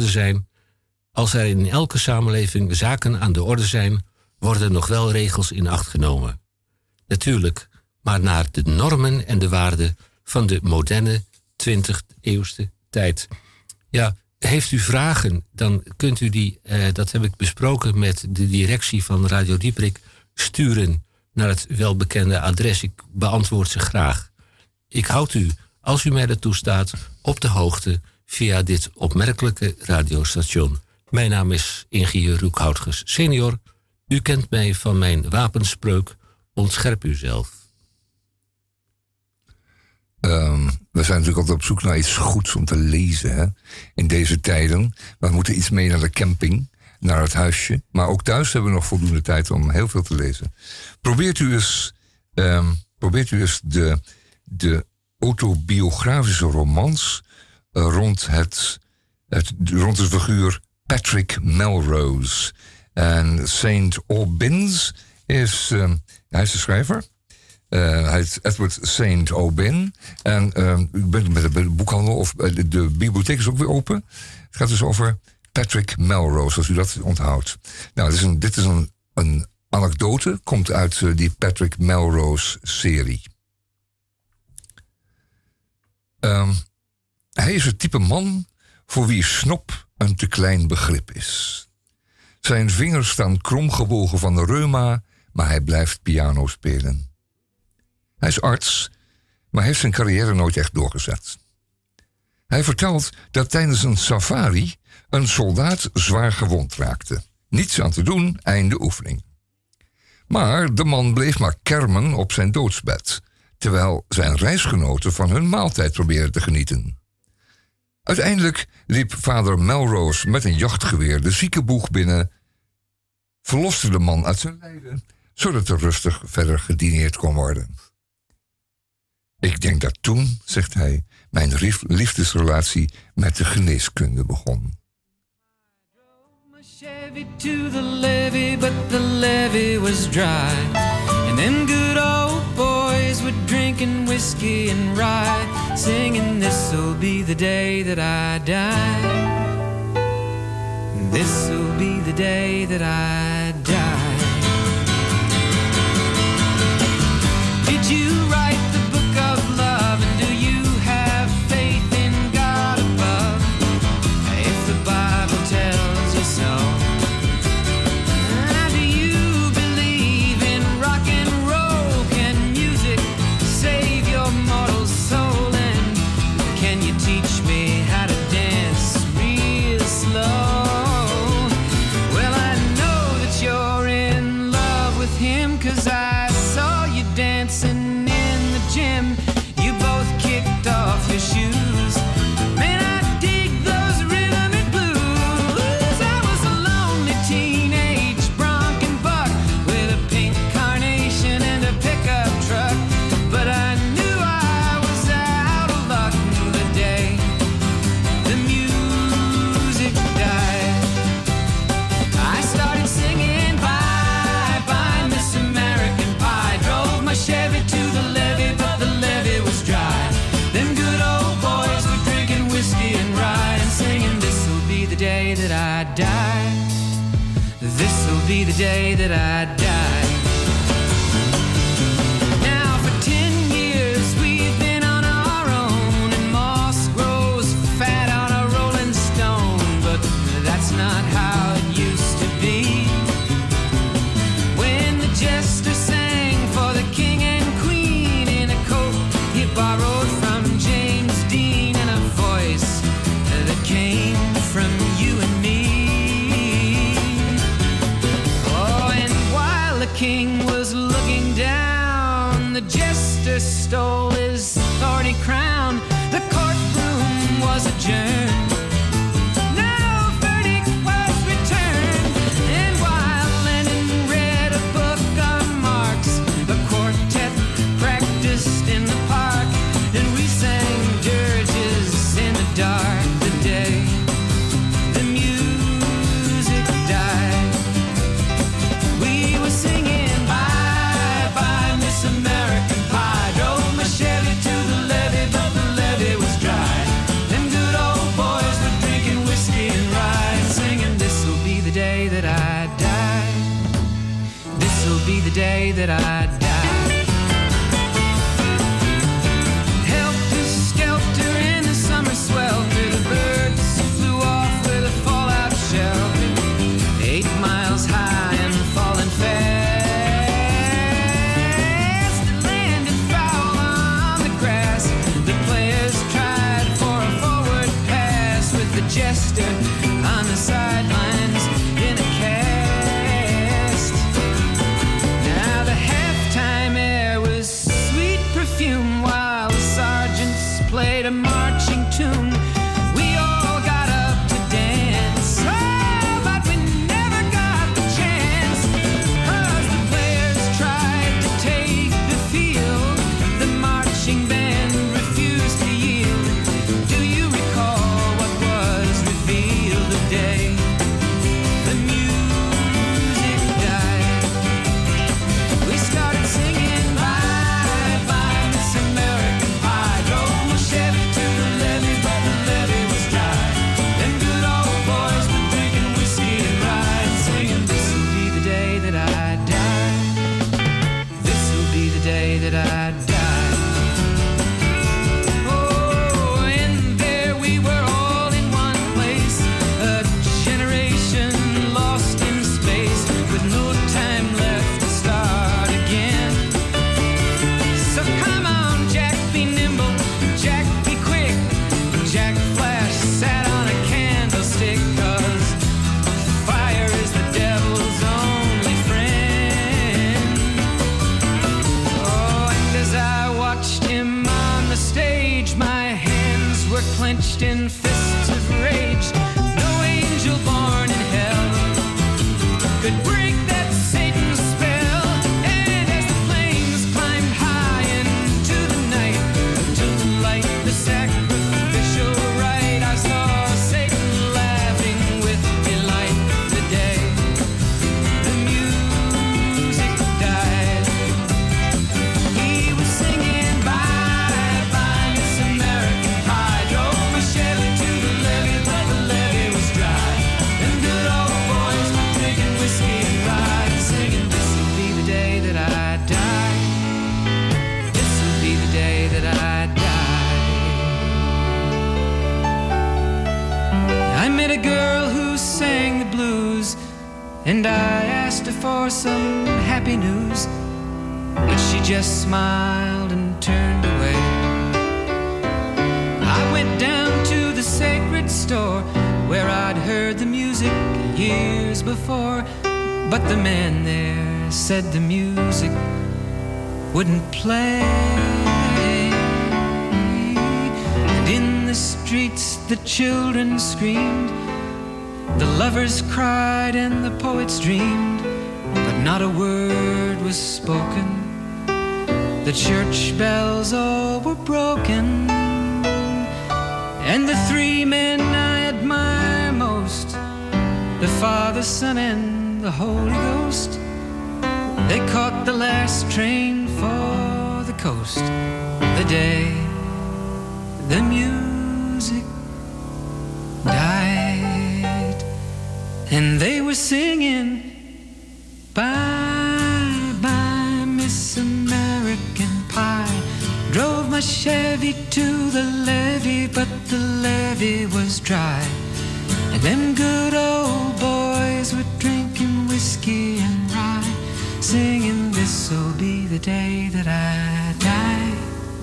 zaken aan de orde zijn, worden nog wel regels in acht genomen. Natuurlijk, maar naar de normen en de waarden van de moderne 20e-eeuwse tijd. Ja, heeft u vragen, dan kunt u die, dat heb ik besproken met de directie van Radio Dieprik, sturen naar het welbekende adres. Ik beantwoord ze graag. Ik houd u, als u mij dat toestaat, op de hoogte via dit opmerkelijke radiostation. Mijn naam is ingenieur Roek Houtges senior. U kent mij van mijn wapenspreuk ontscherp uzelf. We zijn natuurlijk altijd op zoek naar iets goeds om te lezen. Hè? In deze tijden. We moeten iets mee naar de camping, naar het huisje. Maar ook thuis hebben we nog voldoende tijd om heel veel te lezen. Probeert u eens de autobiografische romans rond de figuur Patrick Melrose. En St. Albans is... hij is de schrijver. Hij heet Edward St. Aubin. En u bent met de boekhandel of de bibliotheek is ook weer open. Het gaat dus over Patrick Melrose, als u dat onthoudt. Nou, dit is een anekdote. Komt uit die Patrick Melrose-serie. Hij is het type man voor wie snop een te klein begrip is. Zijn vingers staan kromgebogen van de reuma, maar hij blijft piano spelen. Hij is arts, maar heeft zijn carrière nooit echt doorgezet. Hij vertelt dat tijdens een safari een soldaat zwaar gewond raakte. Niets aan te doen, einde oefening. Maar de man bleef maar kermen op zijn doodsbed, terwijl zijn reisgenoten van hun maaltijd probeerden te genieten. Uiteindelijk liep vader Melrose met een jachtgeweer de ziekenboeg binnen, verloste de man uit zijn lijden, zodat er rustig verder gedineerd kon worden. Ik denk dat toen, zegt hij, mijn liefdesrelatie met de geneeskunde begon. Chevy to the levee, but the levee was dry. And them good old boys were drinking whiskey and rye, singing, this'll be the day that I die. This'll be the day that I die. Did you write the book of love, and do you have faith in God above? If the Bible tells you so. Do you believe in rock and roll? Can music save your mortal soul? And can you teach me how to dance real slow? Well, I know that you're in love with him, 'cause I saw you dancing in the gym. You both kicked off your shoes. Man, I dig those rhythmic blues. I was a lonely teenage bronc and buck with a pink carnation and a pickup truck, but I knew I was out of luck the day the music died. I started singing bye bye Miss American Pie. Drove my Chevy to the levee, but the levee was dry. Them good old boys were drinking whiskey and rye and singing, this'll be the day that I die. This'll be the day that I die. Now for 10 years we've been on our own, and moss grows fat on a rolling stone, but that's not how it used to be. When the jester sang for the king and queen in a coat he borrowed from James Dean, and a voice that came from you and me. Oh, and while the king was looking down, the jester stole his thorny crown. The courtroom was adjourned. No verdict was returned. And while Lennon read a book on Marx, the quartet practiced in the park, and we sang dirges in the dark the day the music died. We were singing bye bye Miss American Pie. Drove my Chevy to the levee, but the levee was dry. Them good old boys were drinking whiskey and rye and singing, this'll be the day that I die. This'll be the day that I die. Helter skelter in the summer swelter, the birds flew off with a fallout shelter. 8 miles high and falling fast. It landed foul on the grass. The players tried for a forward pass with the jester on the sidelines in a cast. Now the halftime air was sweet perfume while the sergeants played a marching tune. We all got up to dance, oh, but we never got the chance, 'cause the players tried to take the field. The marching band refused to yield. Do you recall what was revealed? clenched in fists of rage. No angel born in hell could break that Satan's spell. And as the flames climbed high into the night, to the light, the sacrificial rite, I saw Satan laughing with delight. The day the music died, he was singing bye bye Miss American Pie. Drove my Chevy to the levee, but the levee was dry. And good old boys were drinking whiskey and rye, singing, this'll be the day that I die. This'll be the day that I die. I met a girl who sang the blues, and I asked her for some happy news, but she just smiled and turned away. I went down to the sacred store where I'd heard the music years before, but the man there said the music wouldn't play. And in the streets the children screamed, the lovers cried and the poets dreamed, but not a word was spoken. The church bells all were broken. And the three men I admire most, the Father, Son, and the Holy Ghost, they caught the last train for the coast. The day the music died, and they were singing bye bye Miss American Pie. Drove my Chevy to the levee, but the levee was dry. And them good old boys were drinking whiskey and rye, singing, this'll be the day that I die.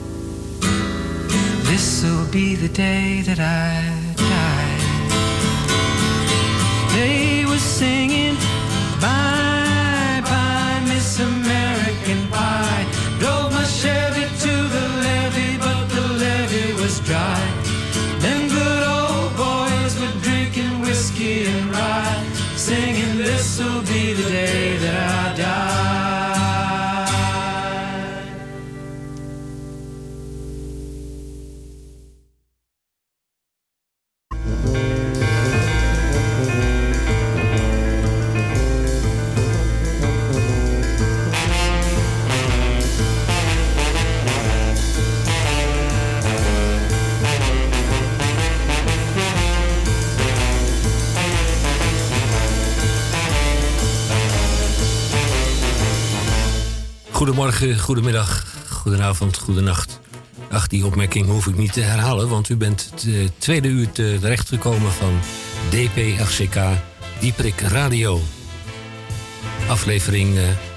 This'll be the day that I die. They were singing bye bye Miss American Pie. Drove my Chevy to the levee, but the levee was dry. Them good old boys were drinking whiskey and rye, singing, this'll be the day that I die. Goedemorgen, goedemiddag, goedenavond, goedenacht. Ach, die opmerking hoef ik niet te herhalen, want u bent het tweede uur terechtgekomen van DPRCK Dieprik Radio. Aflevering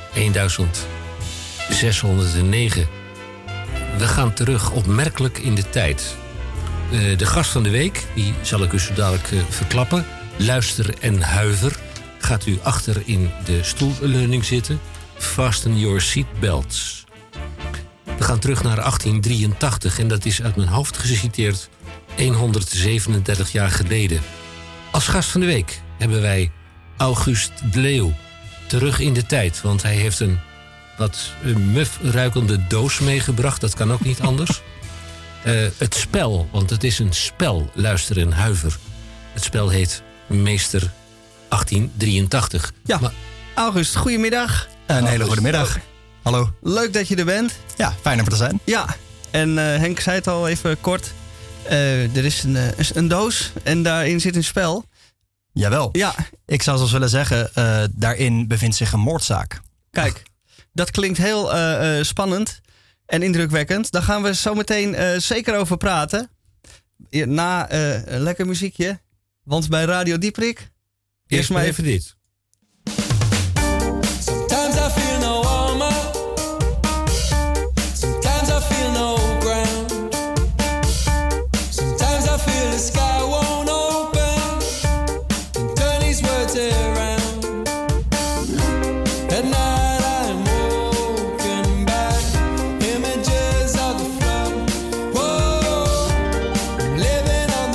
1609. We gaan terug opmerkelijk in de tijd. De gast van de week, die zal ik u zo dadelijk verklappen. Luister en huiver. Gaat u achter in de stoelleuning zitten. Fasten your seatbelts. We gaan terug naar 1883 en dat is uit mijn hoofd geciteerd 137 jaar geleden. Als gast van de week hebben wij August de Leeuw. Terug in de tijd, want hij heeft een wat muf ruikende doos meegebracht. Dat kan ook niet anders. Het spel, want het is een spel, luister en huiver. Het spel heet Meester 1883. Ja, maar August, goedemiddag. Een hele goede middag. Hallo. Leuk dat je er bent. Ja, fijn om er te zijn. Ja, en Henk zei het al even kort. Er is een doos en daarin zit een spel. Jawel. Ja. Ik zou zelfs willen zeggen, daarin bevindt zich een moordzaak. Kijk, dat klinkt heel spannend en indrukwekkend. Daar gaan we zo meteen zeker over praten. Na een lekker muziekje. Want bij Radio Dieprik... Eerst maar even dit. Sometimes I feel no warmer. Sometimes I feel no ground. Sometimes I feel the sky won't open and turn these words around. At night I'm woken by images of the flood. Whoa, I'm living on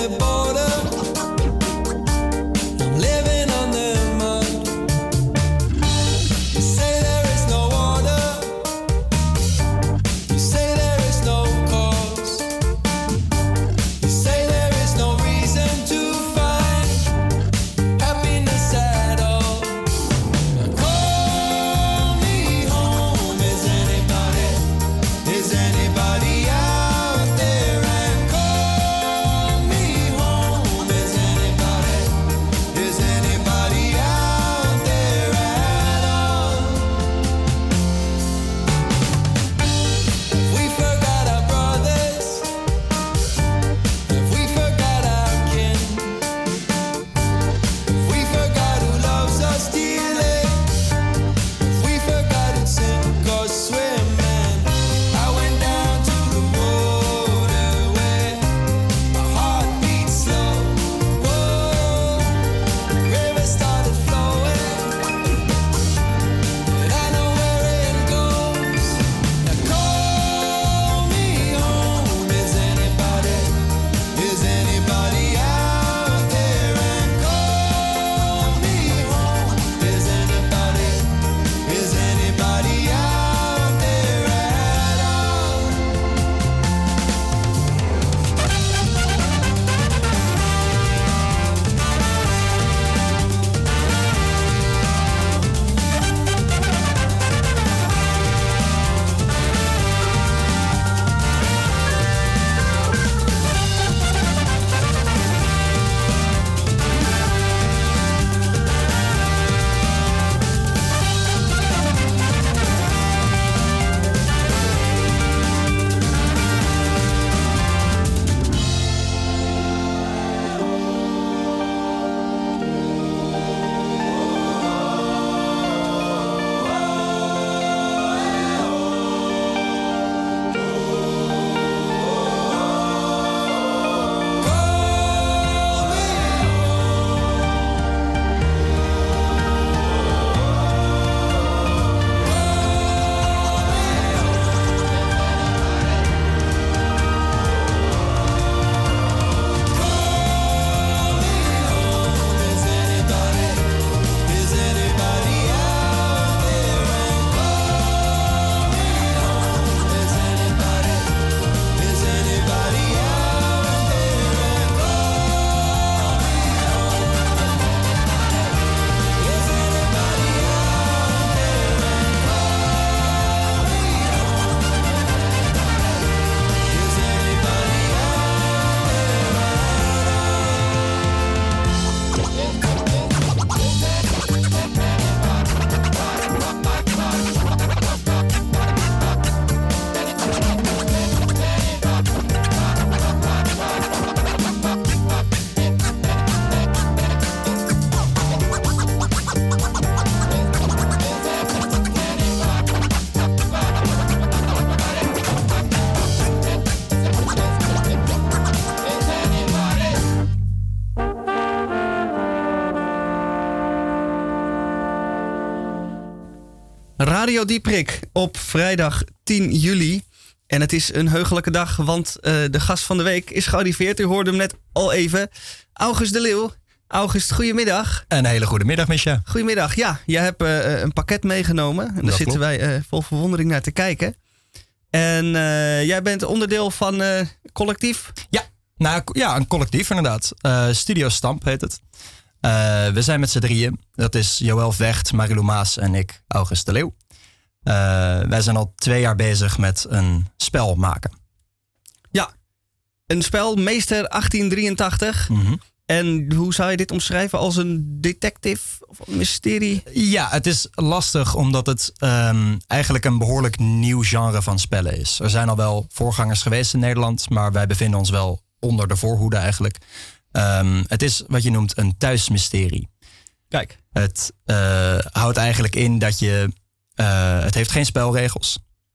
Radio Dieprik op vrijdag 10 juli. En het is een heugelijke dag, want de gast van de week is gearriveerd. U hoorde hem net al even. August de Leeuw. August, goedemiddag. Een hele goede middag, Misja. Goedemiddag. Ja, jij hebt een pakket meegenomen. En daar Dat zitten klopt. wij vol verwondering naar te kijken. En jij bent onderdeel van collectief? Ja, een collectief inderdaad. Studio Stamp heet het. We zijn met z'n drieën. Dat is Joël Vecht, Marilou Maas en ik, August de Leeuw. Wij zijn al 2 jaar bezig met een spel maken. Ja, een spel, Meester 1883. En hoe zou je dit omschrijven? Als een detective of een mysterie? Ja, het is lastig omdat het eigenlijk een behoorlijk nieuw genre van spellen is. Er zijn al wel voorgangers geweest in Nederland, maar wij bevinden ons wel onder de voorhoede eigenlijk. Het is wat je noemt een thuismysterie. Kijk. Het houdt eigenlijk in dat je... het heeft geen spelregels.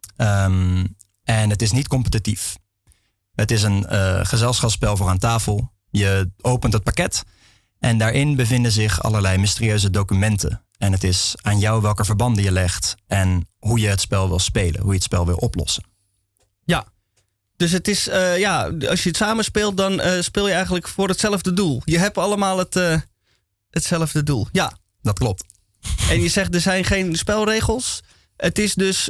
En het is niet competitief. Het is een gezelschapsspel voor aan tafel. Je opent het pakket en daarin bevinden zich allerlei mysterieuze documenten. En het is aan jou welke verbanden je legt en hoe je het spel wil spelen, hoe je het spel wil oplossen. Ja, dus het is, als je het samen speelt, dan speel je eigenlijk voor hetzelfde doel. Je hebt allemaal hetzelfde doel. Ja. Dat klopt. En je zegt er zijn geen spelregels. Het is dus,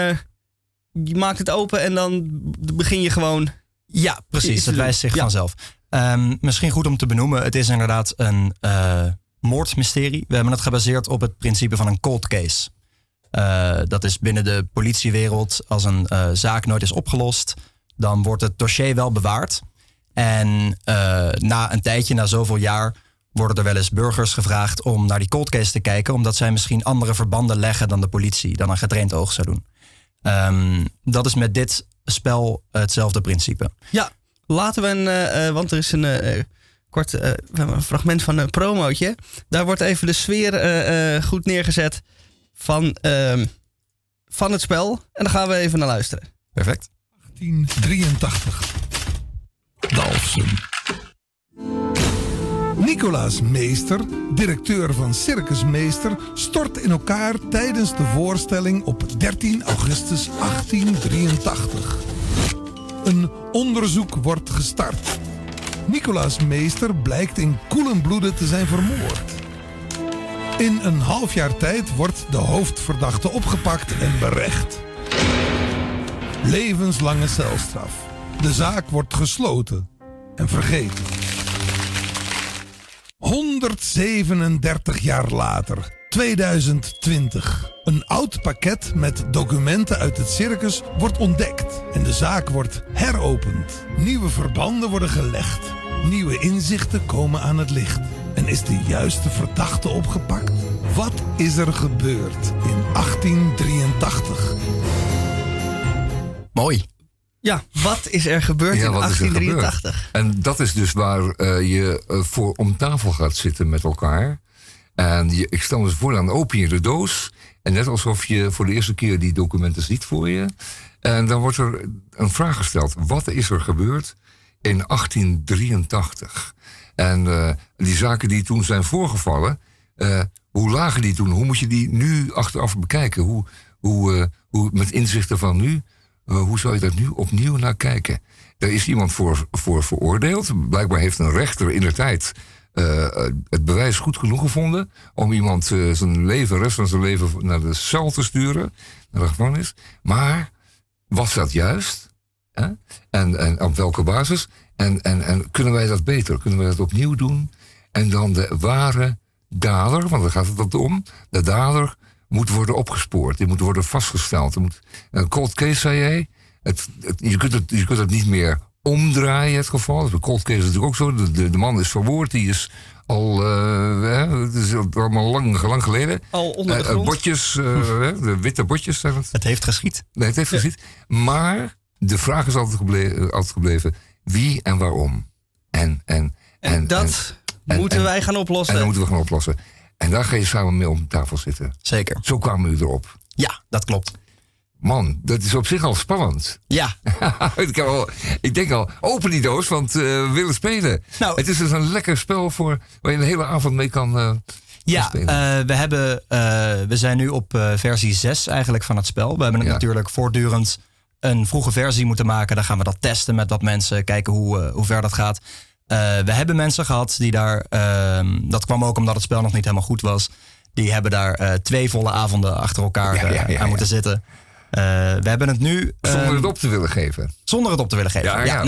je maakt het open en dan begin je gewoon... Ja, precies. Het wijst zich vanzelf. Misschien goed om te benoemen, het is inderdaad een moordmysterie. We hebben het gebaseerd op het principe van een cold case. Dat is binnen de politiewereld, als een zaak nooit is opgelost, dan wordt het dossier wel bewaard. En na een tijdje, na zoveel jaar, worden er wel eens burgers gevraagd om naar die cold case te kijken, omdat zij misschien andere verbanden leggen dan de politie, dan een getraind oog zou doen. Dat is met dit spel hetzelfde principe. Ja, laten we want er is een kort een fragment van een promootje. Daar wordt even de sfeer goed neergezet van het spel. En daar gaan we even naar luisteren. Perfect. 1883. Dalfsen. Nicolaas Meester, directeur van Circus Meester, stort in elkaar tijdens de voorstelling op 13 augustus 1883. Een onderzoek wordt gestart. Nicolaas Meester blijkt in koelen bloede te zijn vermoord. In een half jaar tijd wordt de hoofdverdachte opgepakt en berecht. Levenslange celstraf. De zaak wordt gesloten en vergeten. 137 jaar later, 2020. Een oud pakket met documenten uit het circus wordt ontdekt en de zaak wordt heropend. Nieuwe verbanden worden gelegd. Nieuwe inzichten komen aan het licht. En is de juiste verdachte opgepakt? Wat is er gebeurd in 1883? Mooi. Ja, wat is er gebeurd in 1883? En dat is dus waar je voor om tafel gaat zitten met elkaar. En ik stel me voor, dan open je de doos. En net alsof je voor de eerste keer die documenten ziet voor je. En dan wordt er een vraag gesteld. Wat is er gebeurd in 1883? En die zaken die toen zijn voorgevallen, hoe lagen die toen? Hoe moet je die nu achteraf bekijken? Hoe met inzichten van nu, hoe zou je dat nu opnieuw naar kijken? Er is iemand voor veroordeeld. Blijkbaar heeft een rechter indertijd het bewijs goed genoeg gevonden om iemand zijn leven, rest van zijn leven naar de cel te sturen, naar de gevangenis. Maar was dat juist? En op welke basis? En kunnen wij dat beter? Kunnen wij dat opnieuw doen? En dan de ware dader, want daar gaat het om, de dader moet worden opgespoord. Die moet worden vastgesteld. Een cold case, zei jij. Je kunt het niet meer omdraaien, het geval. De cold case is natuurlijk ook zo. De man is verwoord. Die is al... het is allemaal lang geleden. Al onder de grond. Botjes, de witte botjes. Het heeft geschied. Nee, het heeft geschied. Maar de vraag is altijd gebleven. Wie en waarom? En dat moeten wij gaan oplossen. En dat moeten we gaan oplossen. En daar ga je samen mee om tafel zitten. Zeker. Zo kwamen we erop. Ja, dat klopt. Man, dat is op zich al spannend. Ja. Ik denk al, open die doos, want we willen spelen. Nou, het is dus een lekker spel waar je een hele avond mee kan Ja, we zijn nu op versie 6 eigenlijk van het spel. We hebben het natuurlijk voortdurend een vroege versie moeten maken. Dan gaan we dat testen met wat mensen, kijken hoe ver dat gaat. We hebben mensen gehad die daar... dat kwam ook omdat het spel nog niet helemaal goed was. Die hebben daar 2 volle avonden achter elkaar aan moeten zitten. We hebben het nu... Zonder het op te willen geven. Zonder het op te willen geven.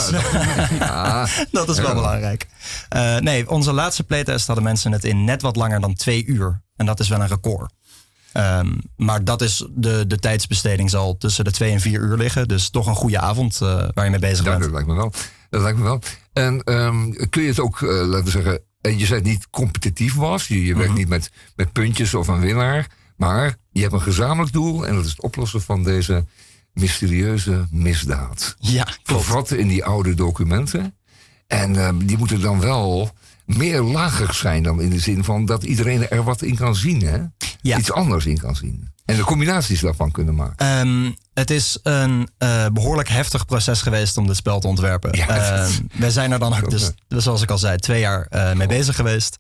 Dat is wel belangrijk. Onze laatste playtest hadden mensen het in net wat langer dan 2 uur. En dat is wel een record. Maar dat is de tijdsbesteding zal tussen de 2 en 4 uur liggen. Dus toch een goede avond waar je mee bezig bent. Dat lijkt me wel. En kun je het ook, laten we zeggen... je zei het niet competitief was. Je werkt niet met puntjes of een winnaar. Maar je hebt een gezamenlijk doel. En dat is het oplossen van deze mysterieuze misdaad. Ja, vervat in die oude documenten. En die moeten dan wel meer lager zijn dan in de zin van dat iedereen er wat in kan zien. Hè? Ja. Iets anders in kan zien. En de combinaties daarvan kunnen maken. Het is een behoorlijk heftig proces geweest om dit spel te ontwerpen. We zijn er dan ook, dus zoals ik al zei, 2 jaar mee bezig geweest.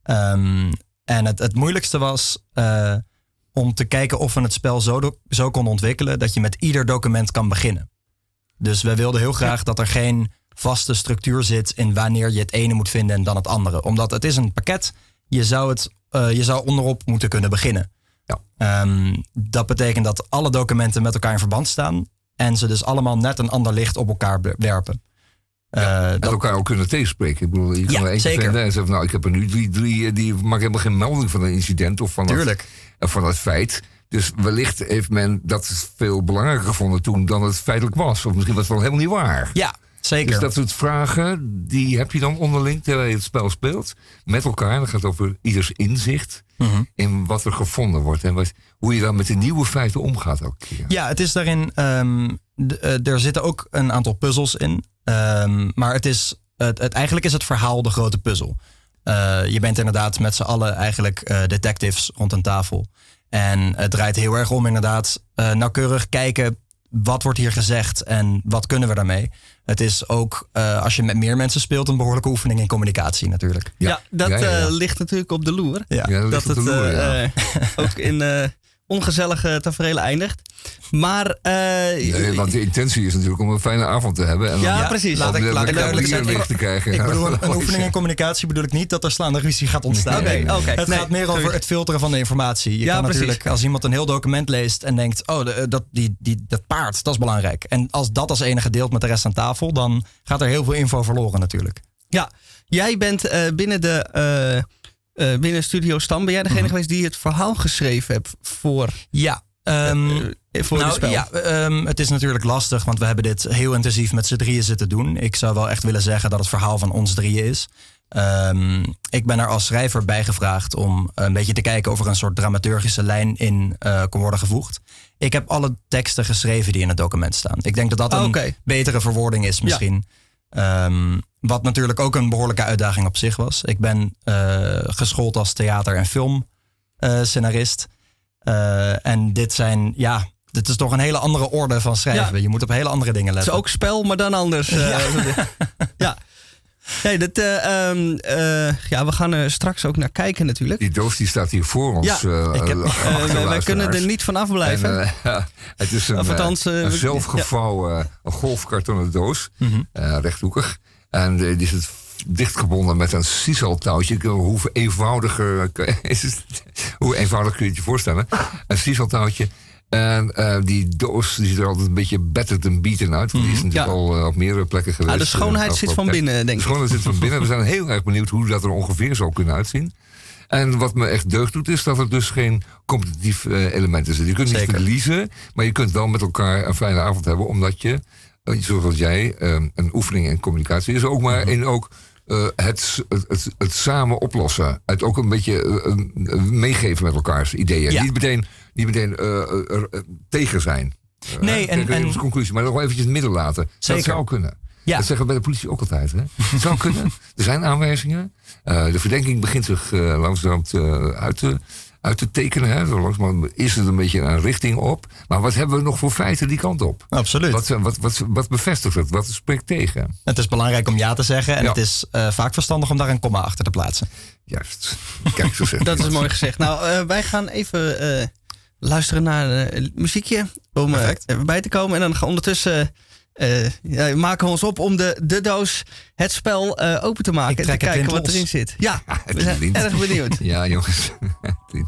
En het moeilijkste was om te kijken of we het spel zo konden ontwikkelen dat je met ieder document kan beginnen. Dus we wilden heel graag dat er geen vaste structuur zit in wanneer je het ene moet vinden en dan het andere. Omdat het is een pakket, je zou onderop moeten kunnen beginnen. Ja. Dat betekent dat alle documenten met elkaar in verband staan en ze dus allemaal net een ander licht op elkaar werpen. En elkaar ook kunnen tegenspreken. Ik bedoel, je kan er eentje vinden en zeggen, ik heb er nu 3, die maken helemaal geen melding van een incident of van het feit. Dus wellicht heeft men dat veel belangrijker gevonden toen dan het feitelijk was. Of misschien was het wel helemaal niet waar. Ja, zeker. Dus dat soort vragen, die heb je dan onderling terwijl je het spel speelt. Met elkaar. Dat gaat over ieders inzicht in wat er gevonden wordt. En hoe je dan met de nieuwe feiten omgaat elke keer. Ja, het is daarin... er zitten ook een aantal puzzels in. Maar eigenlijk is het verhaal de grote puzzel. Je bent inderdaad met z'n allen eigenlijk detectives rond een tafel. En het draait heel erg om inderdaad nauwkeurig kijken... wat wordt hier gezegd en wat kunnen we daarmee? Het is ook, als je met meer mensen speelt... een behoorlijke oefening in communicatie natuurlijk. Ja, dat ligt natuurlijk op de loer. Ja. Dat het ook in ongezellige tafereelen eindigt. Maar... want de intentie is natuurlijk om een fijne avond te hebben. En precies. Laat ik duidelijk zijn. Te krijgen. Ik bedoel, een oefening in communicatie bedoel ik niet... dat er slaande ruzie gaat ontstaan. Het gaat meer over het filteren van de informatie. Je kan natuurlijk, als iemand een heel document leest en denkt... dat paard, dat is belangrijk. En als dat als enige deelt met de rest aan tafel... dan gaat er heel veel info verloren natuurlijk. Ja, jij bent binnen Studio Stam... ben jij degene geweest die het verhaal geschreven hebt voor... Ja. Voor het spel. Ja, het is natuurlijk lastig, want we hebben dit heel intensief met z'n drieën zitten doen. Ik zou wel echt willen zeggen dat het verhaal van ons drieën is. Ik ben er als schrijver bij gevraagd om een beetje te kijken of er een soort dramaturgische lijn in kon worden gevoegd. Ik heb alle teksten geschreven die in het document staan. Ik denk dat dat een betere verwoording is misschien. Ja. Wat natuurlijk ook een behoorlijke uitdaging op zich was. Ik ben geschoold als theater- en filmscenarist. En dit is toch een hele andere orde van schrijven. Ja. Je moet op hele andere dingen letten. Het is ook spel, maar dan anders. Ja. Nee, we gaan er straks ook naar kijken natuurlijk. Die doos die staat hier voor ons. Ja, wij kunnen er niet van afblijven. Het is een zelfgevouwen golfkartonnen doos. Rechthoekig. En die zit dichtgebonden met een sieseltouwtje. Hoe eenvoudiger kun je het je voorstellen? Een sieseltouwtje. En die doos die ziet er altijd een beetje battered and beaten uit. Die is natuurlijk al op meerdere plekken geweest. De schoonheid zit van binnen, denk ik. De schoonheid zit van binnen. We zijn heel erg benieuwd hoe dat er ongeveer zou kunnen uitzien. En wat me echt deugd doet, is dat er dus geen competitief element in zit. Je kunt niet verliezen, maar je kunt wel met elkaar een fijne avond hebben. Omdat je, zoals jij, een oefening in communicatie is. Ook maar in ook het samen oplossen. Het ook een beetje meegeven met elkaars ideeën. Ja. Niet meteen tegen zijn. Nee, en conclusie, maar nog wel eventjes in het midden laten. Zeker. Dat zou kunnen. Ja. Dat zeggen we bij de politie ook altijd. Hè? Het zou kunnen. Er zijn aanwijzingen. De verdenking begint zich langzaam uit te tekenen. Hè? Zo langzamerhand is het een beetje een richting op. Maar wat hebben we nog voor feiten die kant op? Absoluut. Wat bevestigt het? Wat spreekt tegen? Het is belangrijk om ja te zeggen. En het is vaak verstandig om daar een komma achter te plaatsen. Juist. Kijk, zo zeg Dat is mooi gezegd. Nou, wij gaan even luisteren naar een muziekje om even bij te komen. En dan gaan ondertussen maken we ons op om de doos, het spel open te maken. En te kijken wat erin zit. Ja, we zijn erg benieuwd. Ja, jongens. Het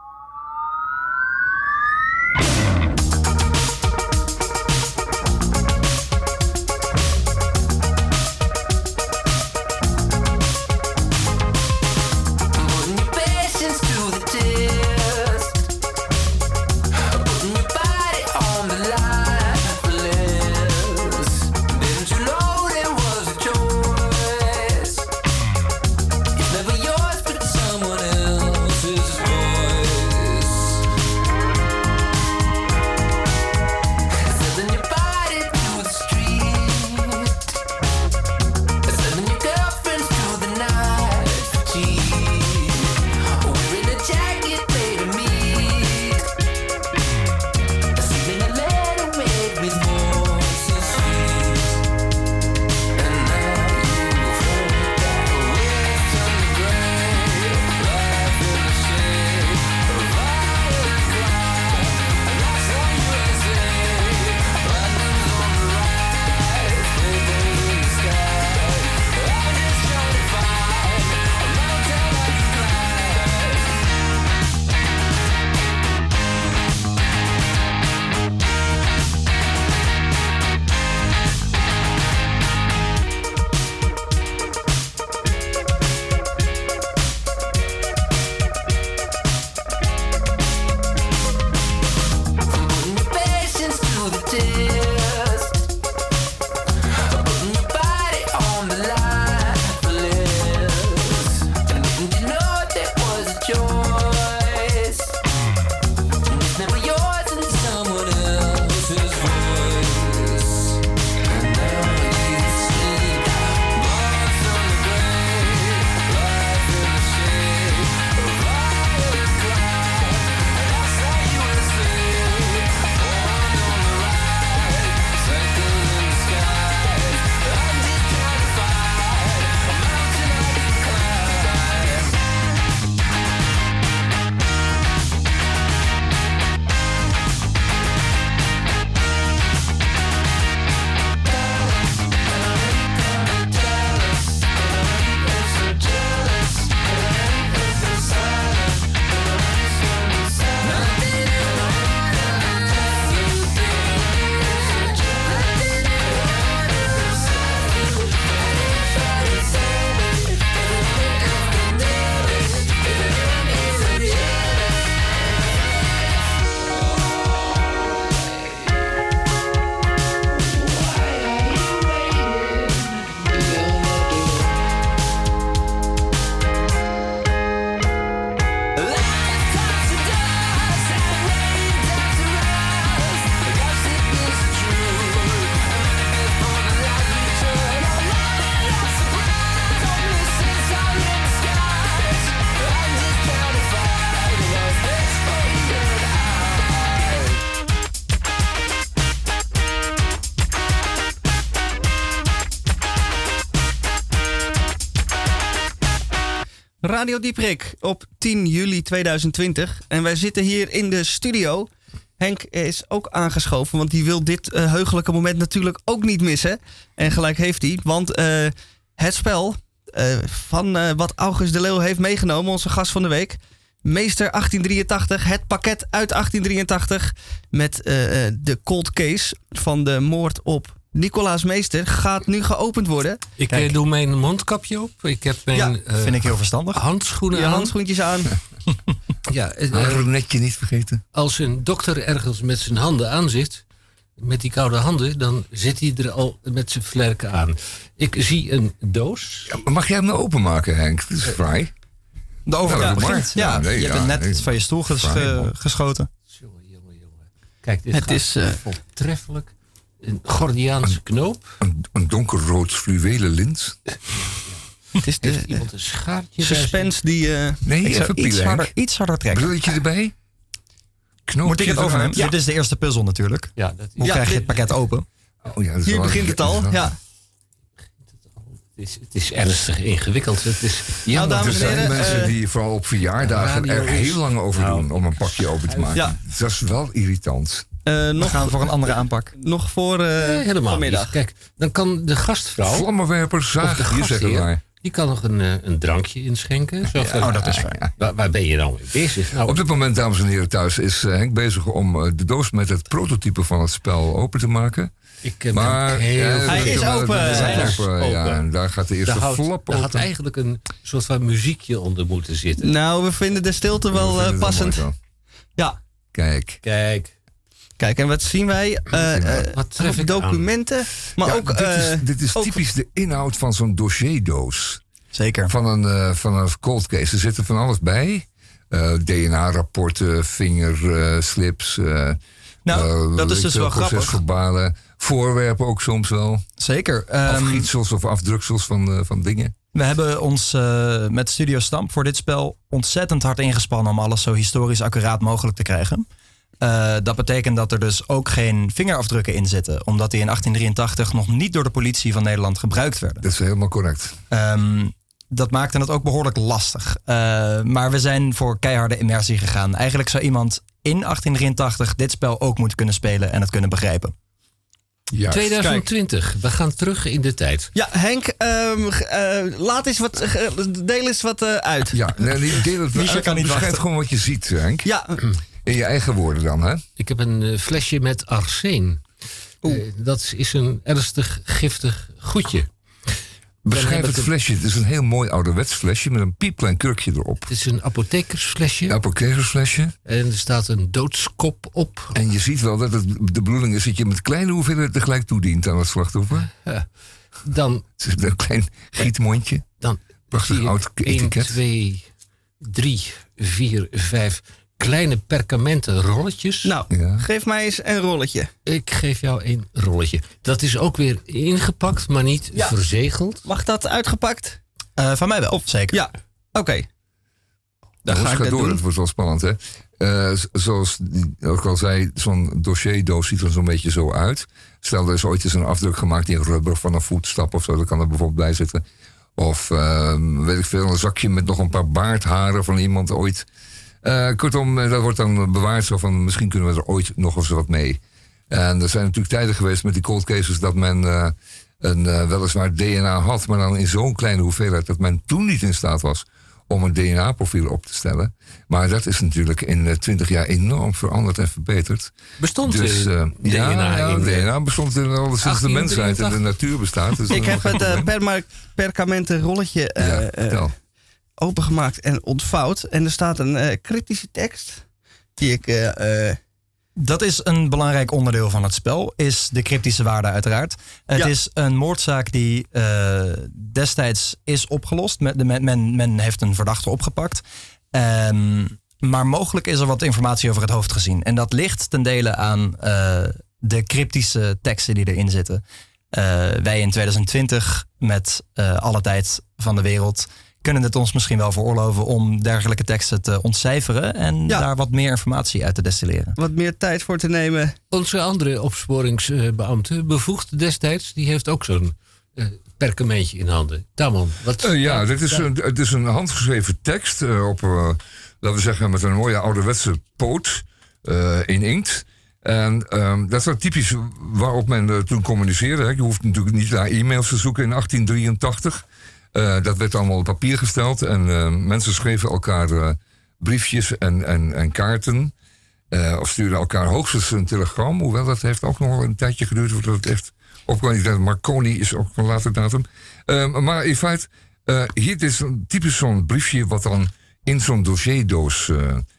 Radio Dieprik op 10 juli 2020. En wij zitten hier in de studio. Henk is ook aangeschoven, want die wil dit heugelijke moment natuurlijk ook niet missen. En gelijk heeft hij, want het spel van wat August de Leeuw heeft meegenomen, onze gast van de week. Meester 1883, het pakket uit 1883 met de cold case van de moord op Nicolaas Meester gaat nu geopend worden. Ik doe mijn mondkapje op. Ik heb mijn vind ik heel verstandig. Handschoenen aan. Handschoentjes aan. Netje niet vergeten. Als een dokter ergens met zijn handen aan zit, met die koude handen, dan zit hij er al met zijn vlerken aan. Ik zie een doos. Ja, mag jij hem nou openmaken, Henk? Dat is vrij. De overname begint. Ja, nee, je hebt het net van je stoel geschoten. Jongen. Kijk, dit is voortreffelijk. Een Gordiaanse knoop. Een donkerrood fluwelen lint. Het is Heeft iemand een schaartje suspense die... Nee, Ik zou even pielen. iets harder trekken. Brilletje erbij. Knoopje Moet ik het overnemen? eruit. Dit is de eerste puzzel natuurlijk. Ja, dat Hoe krijg je het pakket open? Oh, ja, dat is Hier wel- begint het al, ja. Het is ernstig ingewikkeld. Het is Nou, dames Er en zijn heren, mensen die vooral op verjaardagen radio er is- heel lang over doen om een pakje open te maken. Ja. Dat is wel irritant. We gaan voor een andere aanpak. nog voor helemaal vanmiddag. niet. Kijk, dan kan de gastvrouw, Vlammenwerper, of de zagen hier zeggen gastheer, maar. die kan nog een drankje inschenken. Zo van, Oh, dat is fijn. Waar ben je dan mee bezig? Nou, Op dit moment, dames en heren thuis, is Henk bezig om de doos met het prototype van het spel open te maken. ik ben Maar heel Hij is open. Hij is Open. open. Ja, en daar gaat de eerste flap Daar had open. eigenlijk een soort van muziekje onder moeten zitten. Nou, we vinden de stilte We wel vinden het passend. mooi zo. Ja. Kijk. Kijk, en wat zien wij? Wat tref Ook ik documenten, maar Ja, ook... dit is ook- typisch de inhoud van zo'n dossierdoos. Zeker. Van een cold case. Er zit er van alles bij. DNA-rapporten, vingerslips. dat is dus wel grappig. procesverbalen. Voorwerpen ook soms wel. Zeker. Afgietsels of afdruksels van dingen. We hebben ons met Studio Stamp voor dit spel ontzettend hard ingespannen om alles zo historisch accuraat mogelijk te krijgen. Dat betekent dat er dus ook geen vingerafdrukken in zitten, omdat die in 1883 nog niet door de politie van Nederland gebruikt werden. Dat is helemaal correct. Dat maakte het ook behoorlijk lastig. Maar we zijn voor keiharde immersie gegaan. Eigenlijk zou iemand in 1883 dit spel ook moeten kunnen spelen en het kunnen begrijpen. Ja. 2020, we gaan terug in de tijd. Ja, Henk, laat eens wat, deel eens wat uit. Ja, nee, deel het Micha uit. kan niet Beschrijf wachten. gewoon wat je ziet, Henk. Ja, In je eigen woorden dan, hè? Ik heb een flesje met arsen. Dat is een ernstig giftig goedje. Beschrijf heb het ik flesje. Het is een heel mooi ouderwets flesje met een piepklein kurkje erop. Het is een apothekersflesje. Een apothekersflesje. En er staat een doodskop op. En je ziet wel dat het de bedoeling is dat je met kleine hoeveelheden tegelijk toedient aan het slachtoffer. Dan, Het is een klein gietmondje. dan Prachtig zie je oud 1, etiket. 2, 3, 4, 5 kleine perkamenten rolletjes. nou, Ja. geef mij eens een rolletje. Ik geef jou een rolletje. Dat is ook weer ingepakt, maar niet Ja. verzegeld. Mag dat uitgepakt? Van mij wel, zeker. Ja, oké. Dan Jongens, ga ik ga dat door, doen. het wordt wel spannend, hè? Zoals die ook al zei, zo'n dossierdoos ziet er zo'n beetje zo uit. Stel, er is ooit eens een afdruk gemaakt in rubber van een voetstap of zo. Dat kan er bijvoorbeeld bij zitten. Of, weet ik veel, een zakje met nog een paar baardharen van iemand ooit. Kortom, dat wordt dan bewaard zo van, misschien kunnen we er ooit nog eens wat mee. En er zijn natuurlijk tijden geweest met die cold cases dat men weliswaar DNA had, maar dan in zo'n kleine hoeveelheid dat men toen niet in staat was om een DNA-profiel op te stellen. Maar dat is natuurlijk in 20 jaar enorm veranderd en verbeterd. Bestond Dus DNA in de- DNA bestond al sinds de mensheid en de 1883. natuur bestaat. Dus Ik dat heb is geen het probleem. perkamenten rolletje Ja, vertel. opengemaakt en ontvouwd. En er staat een cryptische tekst die ik... Dat is een belangrijk onderdeel van het spel, is de cryptische waarde uiteraard. Het Ja. is een moordzaak die destijds is opgelost. Men heeft een verdachte opgepakt. Maar mogelijk is er wat informatie over het hoofd gezien. En dat ligt ten dele aan de cryptische teksten die erin zitten. Wij in 2020, met alle tijd van de wereld, kunnen het ons misschien wel veroorloven om dergelijke teksten te ontcijferen en Ja. daar wat meer informatie uit te destilleren. wat meer tijd voor te nemen. Onze andere opsporingsbeambte, bevoegd destijds, die heeft ook zo'n perkamentje in handen. Tamon, wat... Ja, het is een handgeschreven tekst op, laten we zeggen, met een mooie ouderwetse poot in inkt. En dat is wel typisch waarop men toen communiceerde. Hè. Je hoeft natuurlijk niet naar e-mails te zoeken in 1883. Dat werd allemaal op papier gesteld. En mensen schreven elkaar briefjes en kaarten. Of stuurden elkaar hoogstens een telegram. Hoewel dat heeft ook nog wel een tijdje geduurd voordat het echt opkwam. Marconi is ook van later datum. Maar in feite, hier is typisch zo'n briefje wat dan in zo'n dossierdoos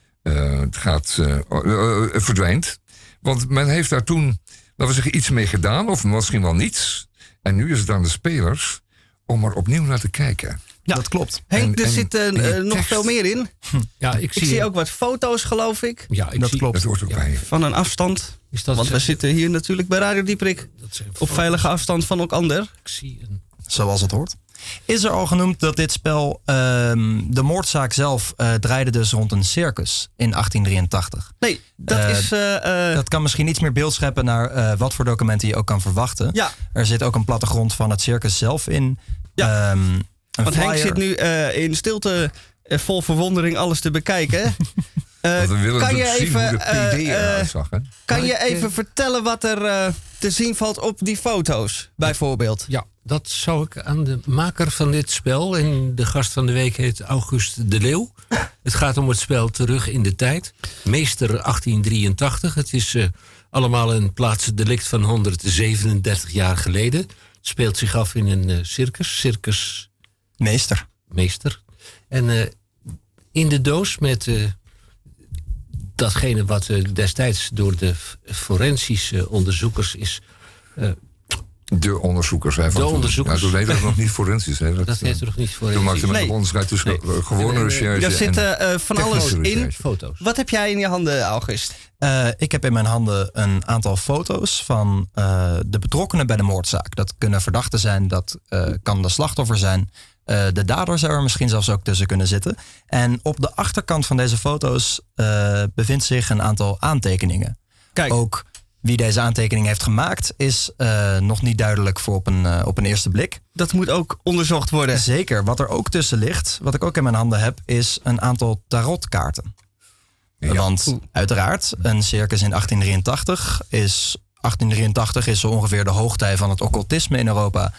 verdwijnt. Want men heeft daar toen, laten we zeggen, iets mee gedaan. Of misschien wel niets. En nu is het aan de spelers om er opnieuw naar te kijken. Ja, dat klopt. Henk, er en zit die nog tekst- veel meer in. Ja, Ik zie ook wat foto's, geloof ik. Ja, ik Dat zie, klopt. Dat hoort ook bij je. Van een afstand. Is dat Want we zitten hier natuurlijk bij Radio Dieprik dat zijn op foto's. veilige afstand van elkaar. Ik zie een... Zoals het hoort. Is er al genoemd dat dit spel, de moordzaak zelf, draaide dus rond een circus in 1883? Nee, dat kan misschien iets meer beeld scheppen naar wat voor documenten je ook kan verwachten. Ja. Er zit ook een plattegrond van het circus zelf in. Ja. Want flyer. Henk zit nu in stilte vol verwondering alles te bekijken. We willen kan natuurlijk je zien hoe even, de PD eruit zag. Hè? Kan je even vertellen wat er te zien valt op die foto's, bijvoorbeeld? Ja, dat zou ik aan de maker van dit spel. En de gast van de week heet August de Leeuw. Het gaat om het spel Terug in de Tijd. Meester 1883. Het is allemaal een plaatsdelict van 137 jaar geleden. Het speelt zich af in een circus. Meester. En in de doos met datgene wat destijds door de forensische onderzoekers is... De onderzoekers. Hè, de onderzoekers. Toen heette het nog niet forensisch. Hè. Dat heette nog niet forensisch. Toen maakte men nog onderscheid tussen gewone recherche er zit van alles in. Foto's. Wat heb jij in je handen, August? Ik heb in mijn handen een aantal foto's van de betrokkenen bij de moordzaak. Dat kunnen verdachten zijn, dat kan de slachtoffer zijn. De dader zou er misschien zelfs ook tussen kunnen zitten. En op de achterkant van deze foto's bevindt zich een aantal aantekeningen. Kijk. Ook wie deze aantekening heeft gemaakt is nog niet duidelijk voor op een eerste blik. Dat moet ook onderzocht worden. Zeker. Wat er ook tussen ligt, wat ik ook in mijn handen heb, is een aantal tarotkaarten. Ja. Want uiteraard, een circus in 1883 is zo ongeveer de hoogtij van het occultisme in Europa.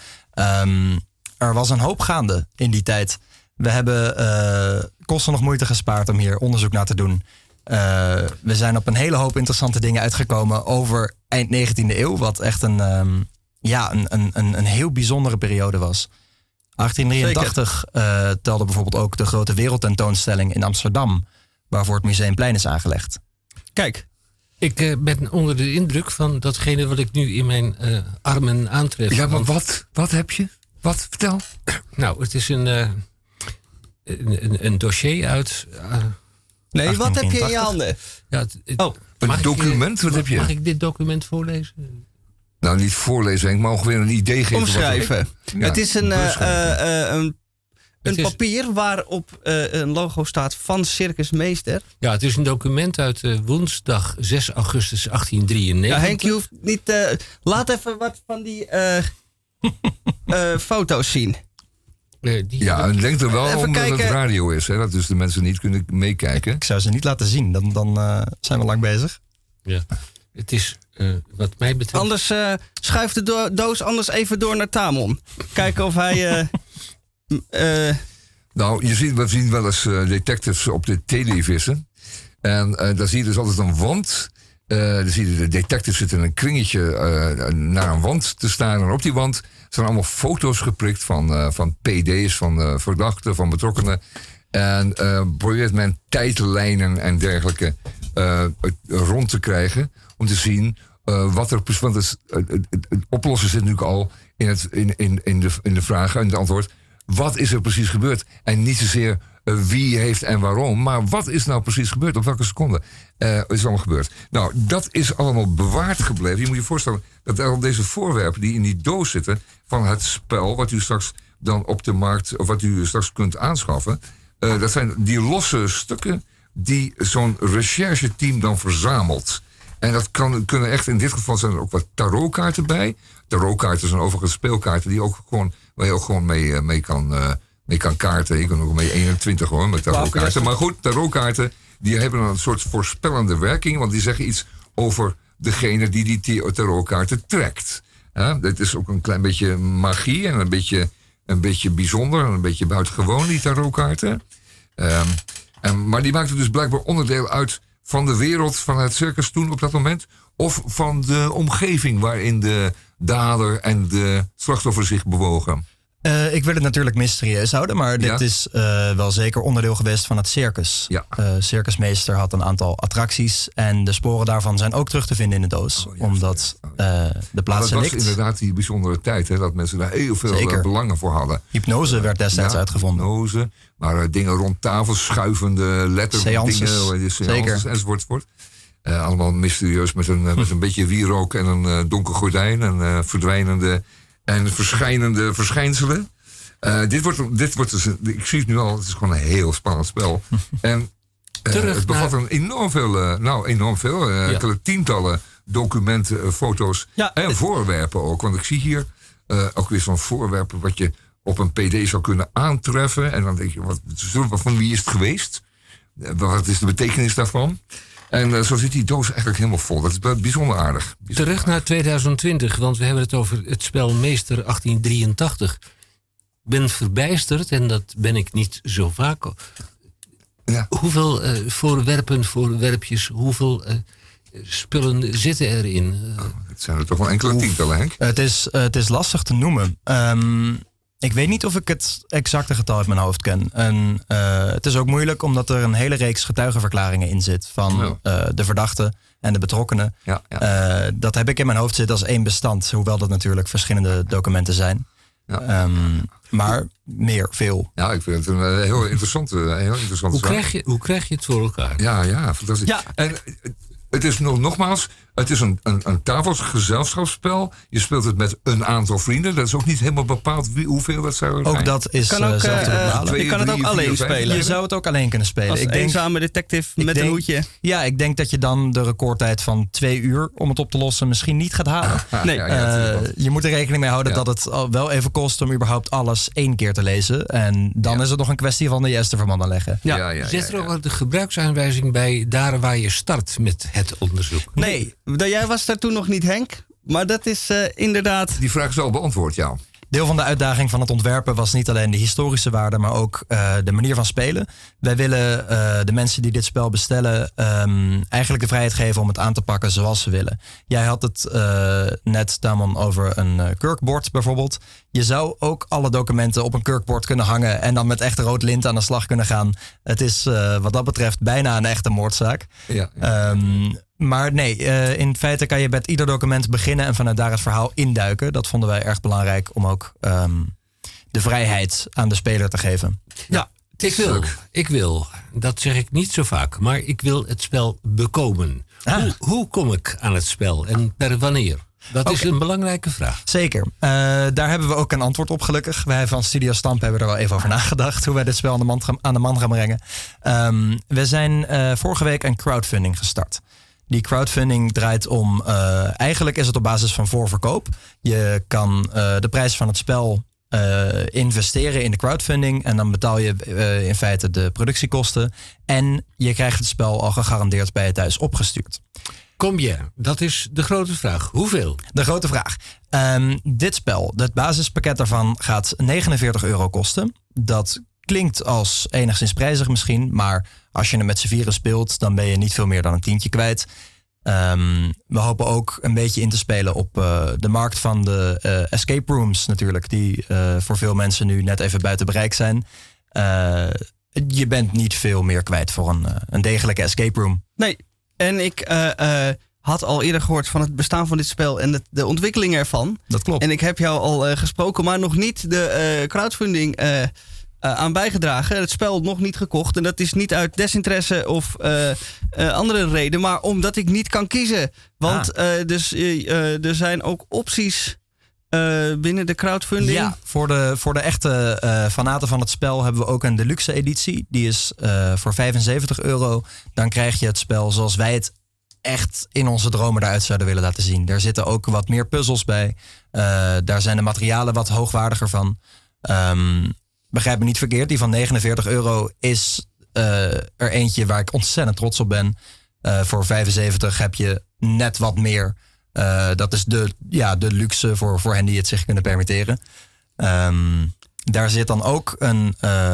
Er was een hoop gaande in die tijd. We hebben kosten nog moeite gespaard om hier onderzoek naar te doen. We zijn op een hele hoop interessante dingen uitgekomen over eind 19e eeuw. Wat echt een heel bijzondere periode was. 1883 telde bijvoorbeeld ook de grote wereldtentoonstelling in Amsterdam. Waarvoor het Museumplein is aangelegd. Kijk. Ik ben onder de indruk van datgene wat ik nu in mijn armen aantref. Ja, maar wat heb je? Wat? Vertel. Nou, het is een dossier uit... Nee, wat heb je in je handen? Ja, een document? Wat heb je? Mag ik dit document voorlezen? Nou, niet voorlezen, Henk, maar ongeveer een idee geven. Omschrijven. Ja, het is een papier waarop een logo staat van Circus Meester. Ja, het is een document uit woensdag 6 augustus 1893. Ja, Henk, je hoeft niet... laat even wat van die foto's zien. En denk er wel om dat het radio is. Hè, dat dus de mensen niet kunnen meekijken. Ik zou ze niet laten zien. Dan zijn we lang bezig. Ja, het is wat mij betreft... Anders schuif de doos anders even door naar Tamon. Kijken of hij... Nou, we zien wel eens detectives op de televisie. En daar zie je dus altijd een wand. Dan zie je de detectives zitten in een kringetje naar een wand te staan. En op die wand zijn allemaal foto's geprikt van PD's, van verdachten, van betrokkenen. En probeert men tijdlijnen en dergelijke rond te krijgen. Om te zien wat er... Want het oplossen zit natuurlijk al in de vraag en de antwoord. Wat is er precies gebeurd? En niet zozeer wie heeft en waarom. Maar wat is nou precies gebeurd? Op welke seconde is allemaal gebeurd? Nou, dat is allemaal bewaard gebleven. Je moet je voorstellen dat al deze voorwerpen die in die doos zitten... van het spel wat u straks dan op de markt... of wat u straks kunt aanschaffen... dat zijn die losse stukken die zo'n rechercheteam dan verzamelt. En dat kunnen echt, in dit geval zijn er ook wat tarotkaarten bij. Tarotkaarten zijn overigens speelkaarten die ook gewoon, waar je ook gewoon mee kan kaarten. Je kan ook mee 21 hoor, met tarotkaarten. Maar goed, tarotkaarten die hebben een soort voorspellende werking. Want die zeggen iets over degene die tarotkaarten trekt. Dit is ook een klein beetje magie en een beetje bijzonder en een beetje buitengewoon, die tarotkaarten. Maar die maakten dus blijkbaar onderdeel uit van de wereld van het circus toen op dat moment. Of van de omgeving waarin de dader en de slachtoffer zich bewogen. Ik wil het natuurlijk mysterieus houden, maar dit is wel zeker onderdeel geweest van het circus. Ja. Circusmeester had een aantal attracties en de sporen daarvan zijn ook terug te vinden in de doos. Omdat de plaats dat ligt. was inderdaad die bijzondere tijd, hè, dat mensen daar heel veel belangen voor hadden. Hypnose werd destijds uitgevonden. Hypnose, maar dingen rond tafel, schuivende letterdingen, seances, enzovoort. Allemaal mysterieus met een beetje wierook en een donker gordijn en verdwijnende en verschijnende verschijnselen. Dit wordt dus, ik zie het nu al, het is gewoon een heel spannend spel. En het bevat enorm veel, enkele tientallen documenten, foto's en voorwerpen ook. Want ik zie hier ook weer zo'n voorwerpen wat je op een PD zou kunnen aantreffen. En dan denk je, van wie is het geweest? Wat is de betekenis daarvan? En zo zit die doos eigenlijk helemaal vol. Dat is bijzonder aardig. Terug naar 2020, want we hebben het over het spel Meester 1883. Ik ben verbijsterd, en dat ben ik niet zo vaak. Ja. Hoeveel voorwerpjes, hoeveel spullen zitten erin? Het zijn er toch wel enkele tientallen, Henk? Het is lastig te noemen. Ik weet niet of ik het exacte getal uit mijn hoofd ken. En het is ook moeilijk omdat er een hele reeks getuigenverklaringen in zit van de verdachte en de betrokkenen. Ja. Dat heb ik in mijn hoofd zitten als één bestand, hoewel dat natuurlijk verschillende documenten zijn. Ja. Maar veel. Ja, ik vind het een heel interessante Hoe krijg je het voor elkaar? Ja, fantastisch. Ja. En het is nogmaals, het is een tafelgezelschapsspel. Je speelt het met een aantal vrienden. Dat is ook niet helemaal bepaald hoeveel dat zou zijn. Ook dat is zelf te bepalen. Je kan het ook alleen spelen. Je zou het ook alleen kunnen spelen. Als eenzame detective met een hoedje. Ja, ik denk dat je dan de recordtijd van 2 uur om het op te lossen misschien niet gaat halen. Nee. Je moet er rekening mee houden dat het wel even kost om überhaupt alles 1 keer te lezen. En dan is het nog een kwestie van de juiste verband aanleggen. Zit er ook de gebruiksaanwijzing bij daar waar je start met het onderzoek? Nee, jij was daar toen nog niet, Henk. Maar dat is inderdaad... Die vraag is al beantwoord, ja. Deel van de uitdaging van het ontwerpen was niet alleen de historische waarde, maar ook de manier van spelen. Wij willen de mensen die dit spel bestellen eigenlijk de vrijheid geven om het aan te pakken zoals ze willen. Jij had het net, Tamon, over een kurkbord bijvoorbeeld. Je zou ook alle documenten op een kurkbord kunnen hangen en dan met echt rood lint aan de slag kunnen gaan. Het is wat dat betreft bijna een echte moordzaak. Ja. Maar nee, in feite kan je met ieder document beginnen en vanuit daar het verhaal induiken. Dat vonden wij erg belangrijk om ook de vrijheid aan de speler te geven. Ja, ik wil, dat zeg ik niet zo vaak, maar ik wil het spel bekomen. Hoe kom ik aan het spel en per wanneer? Dat is een belangrijke vraag. Zeker. Daar hebben we ook een antwoord op, gelukkig. Wij van Studio Stamp hebben er wel even over nagedacht hoe wij dit spel aan de man gaan brengen. We zijn vorige week een crowdfunding gestart. Die crowdfunding draait om, eigenlijk is het op basis van voorverkoop. Je kan de prijs van het spel investeren in de crowdfunding en dan betaal je in feite de productiekosten. En je krijgt het spel al gegarandeerd bij je thuis opgestuurd. Kom je? Dat is de grote vraag. Hoeveel? De grote vraag. Dit spel, het basispakket daarvan gaat €49 kosten. Dat klinkt als enigszins prijzig misschien, maar als je hem met z'n vieren speelt, dan ben je niet veel meer dan een tientje kwijt. We hopen ook een beetje in te spelen op de markt van de escape rooms natuurlijk, die voor veel mensen nu net even buiten bereik zijn. Je bent niet veel meer kwijt voor een degelijke escape room. Nee, en ik had al eerder gehoord van het bestaan van dit spel en de ontwikkeling ervan. Dat klopt. En ik heb jou al gesproken, maar nog niet de crowdfunding aan bijgedragen. Het spel nog niet gekocht. En dat is niet uit desinteresse of andere reden, maar omdat ik niet kan kiezen. Want er zijn ook opties binnen de crowdfunding. Ja, voor de echte fanaten van het spel hebben we ook een deluxe editie. Die is voor €75. Dan krijg je het spel zoals wij het echt in onze dromen eruit zouden willen laten zien. Daar zitten ook wat meer puzzels bij. Daar zijn de materialen wat hoogwaardiger van. Begrijp me niet verkeerd, die van €49 is er eentje waar ik ontzettend trots op ben. Voor €75 heb je net wat meer. Dat is de luxe voor hen die het zich kunnen permitteren. Daar zit dan ook een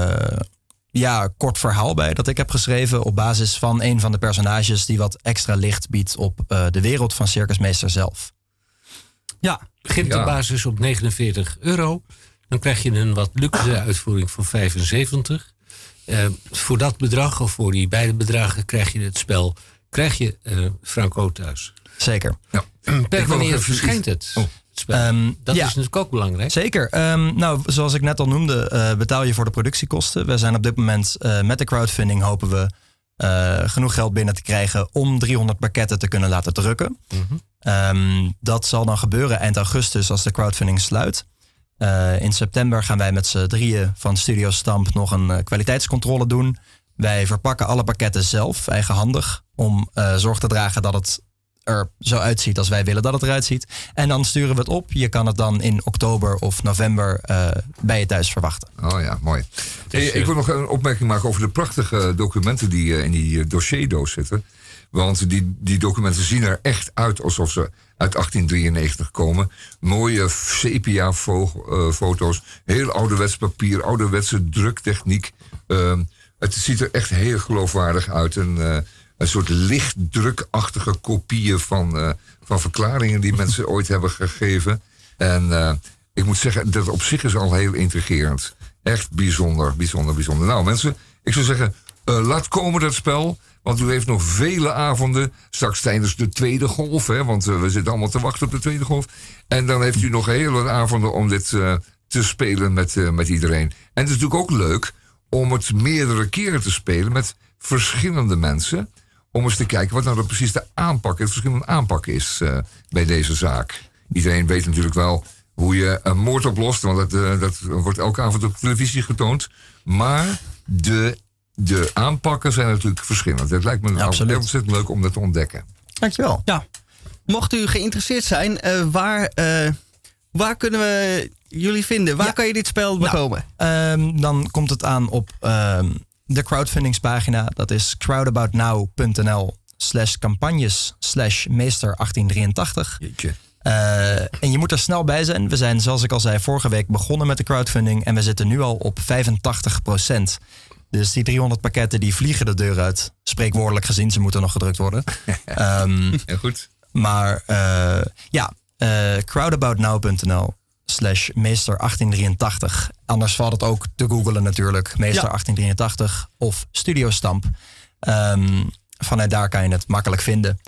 kort verhaal bij dat ik heb geschreven op basis van een van de personages die wat extra licht biedt op de wereld van Circusmeester zelf. Ja, begint de basis op €49. Dan krijg je een wat luxe uitvoering voor €75. Voor dat bedrag of voor die beide bedragen krijg je het spel. Krijg je Franco thuis. Zeker. Ja. Per wanneer verschijnt het? Dat is natuurlijk ook belangrijk. Zeker. Zoals ik net al noemde, betaal je voor de productiekosten. We zijn op dit moment met de crowdfunding hopen we genoeg geld binnen te krijgen om 300 pakketten te kunnen laten drukken. Dat zal dan gebeuren eind augustus als de crowdfunding sluit. In september gaan wij met z'n drieën van Studio Stamp nog een kwaliteitscontrole doen. Wij verpakken alle pakketten zelf, eigenhandig, om zorg te dragen dat het er zo uitziet als wij willen dat het eruit ziet. En dan sturen we het op. Je kan het dan in oktober of november bij je thuis verwachten. Oh ja, mooi. Ik wil nog een opmerking maken over de prachtige documenten die in die dossierdoos zitten. Want die documenten zien er echt uit alsof ze uit 1893 komen. Mooie sepia-foto's, heel ouderwets papier, ouderwetse druktechniek. Het ziet er echt heel geloofwaardig uit. Een soort lichtdrukachtige kopieën van verklaringen die mensen ooit hebben gegeven. En ik moet zeggen, dat op zich is al heel intrigerend. Echt bijzonder, bijzonder, bijzonder. Nou mensen, ik zou zeggen, laat komen dat spel. Want u heeft nog vele avonden, straks tijdens de tweede golf. Hè, want we zitten allemaal te wachten op de tweede golf. En dan heeft u nog hele avonden om dit te spelen met iedereen. En het is natuurlijk ook leuk om het meerdere keren te spelen met verschillende mensen. Om eens te kijken wat nou precies de verschillende aanpak is bij deze zaak. Iedereen weet natuurlijk wel hoe je een moord oplost, want dat wordt elke avond op televisie getoond. Maar de aanpakken zijn natuurlijk verschillend. Het lijkt me ontzettend leuk om dat te ontdekken. Dankjewel. Ja. Mocht u geïnteresseerd zijn, waar kunnen we jullie vinden? Waar kan je dit spel bekomen? Dan komt het aan op de crowdfundingspagina. Dat is crowdaboutnow.nl/campagnes/meester1883. Jeetje. En je moet er snel bij zijn. We zijn, zoals ik al zei, vorige week begonnen met de crowdfunding. En we zitten nu al op 85%. Dus die 300 pakketten die vliegen de deur uit. Spreekwoordelijk gezien, ze moeten nog gedrukt worden. Heel goed. Maar crowdaboutnow.nl/meester1883. Anders valt het ook te googlen natuurlijk. Meester1883 of Studio Stamp. Vanuit daar kan je het makkelijk vinden.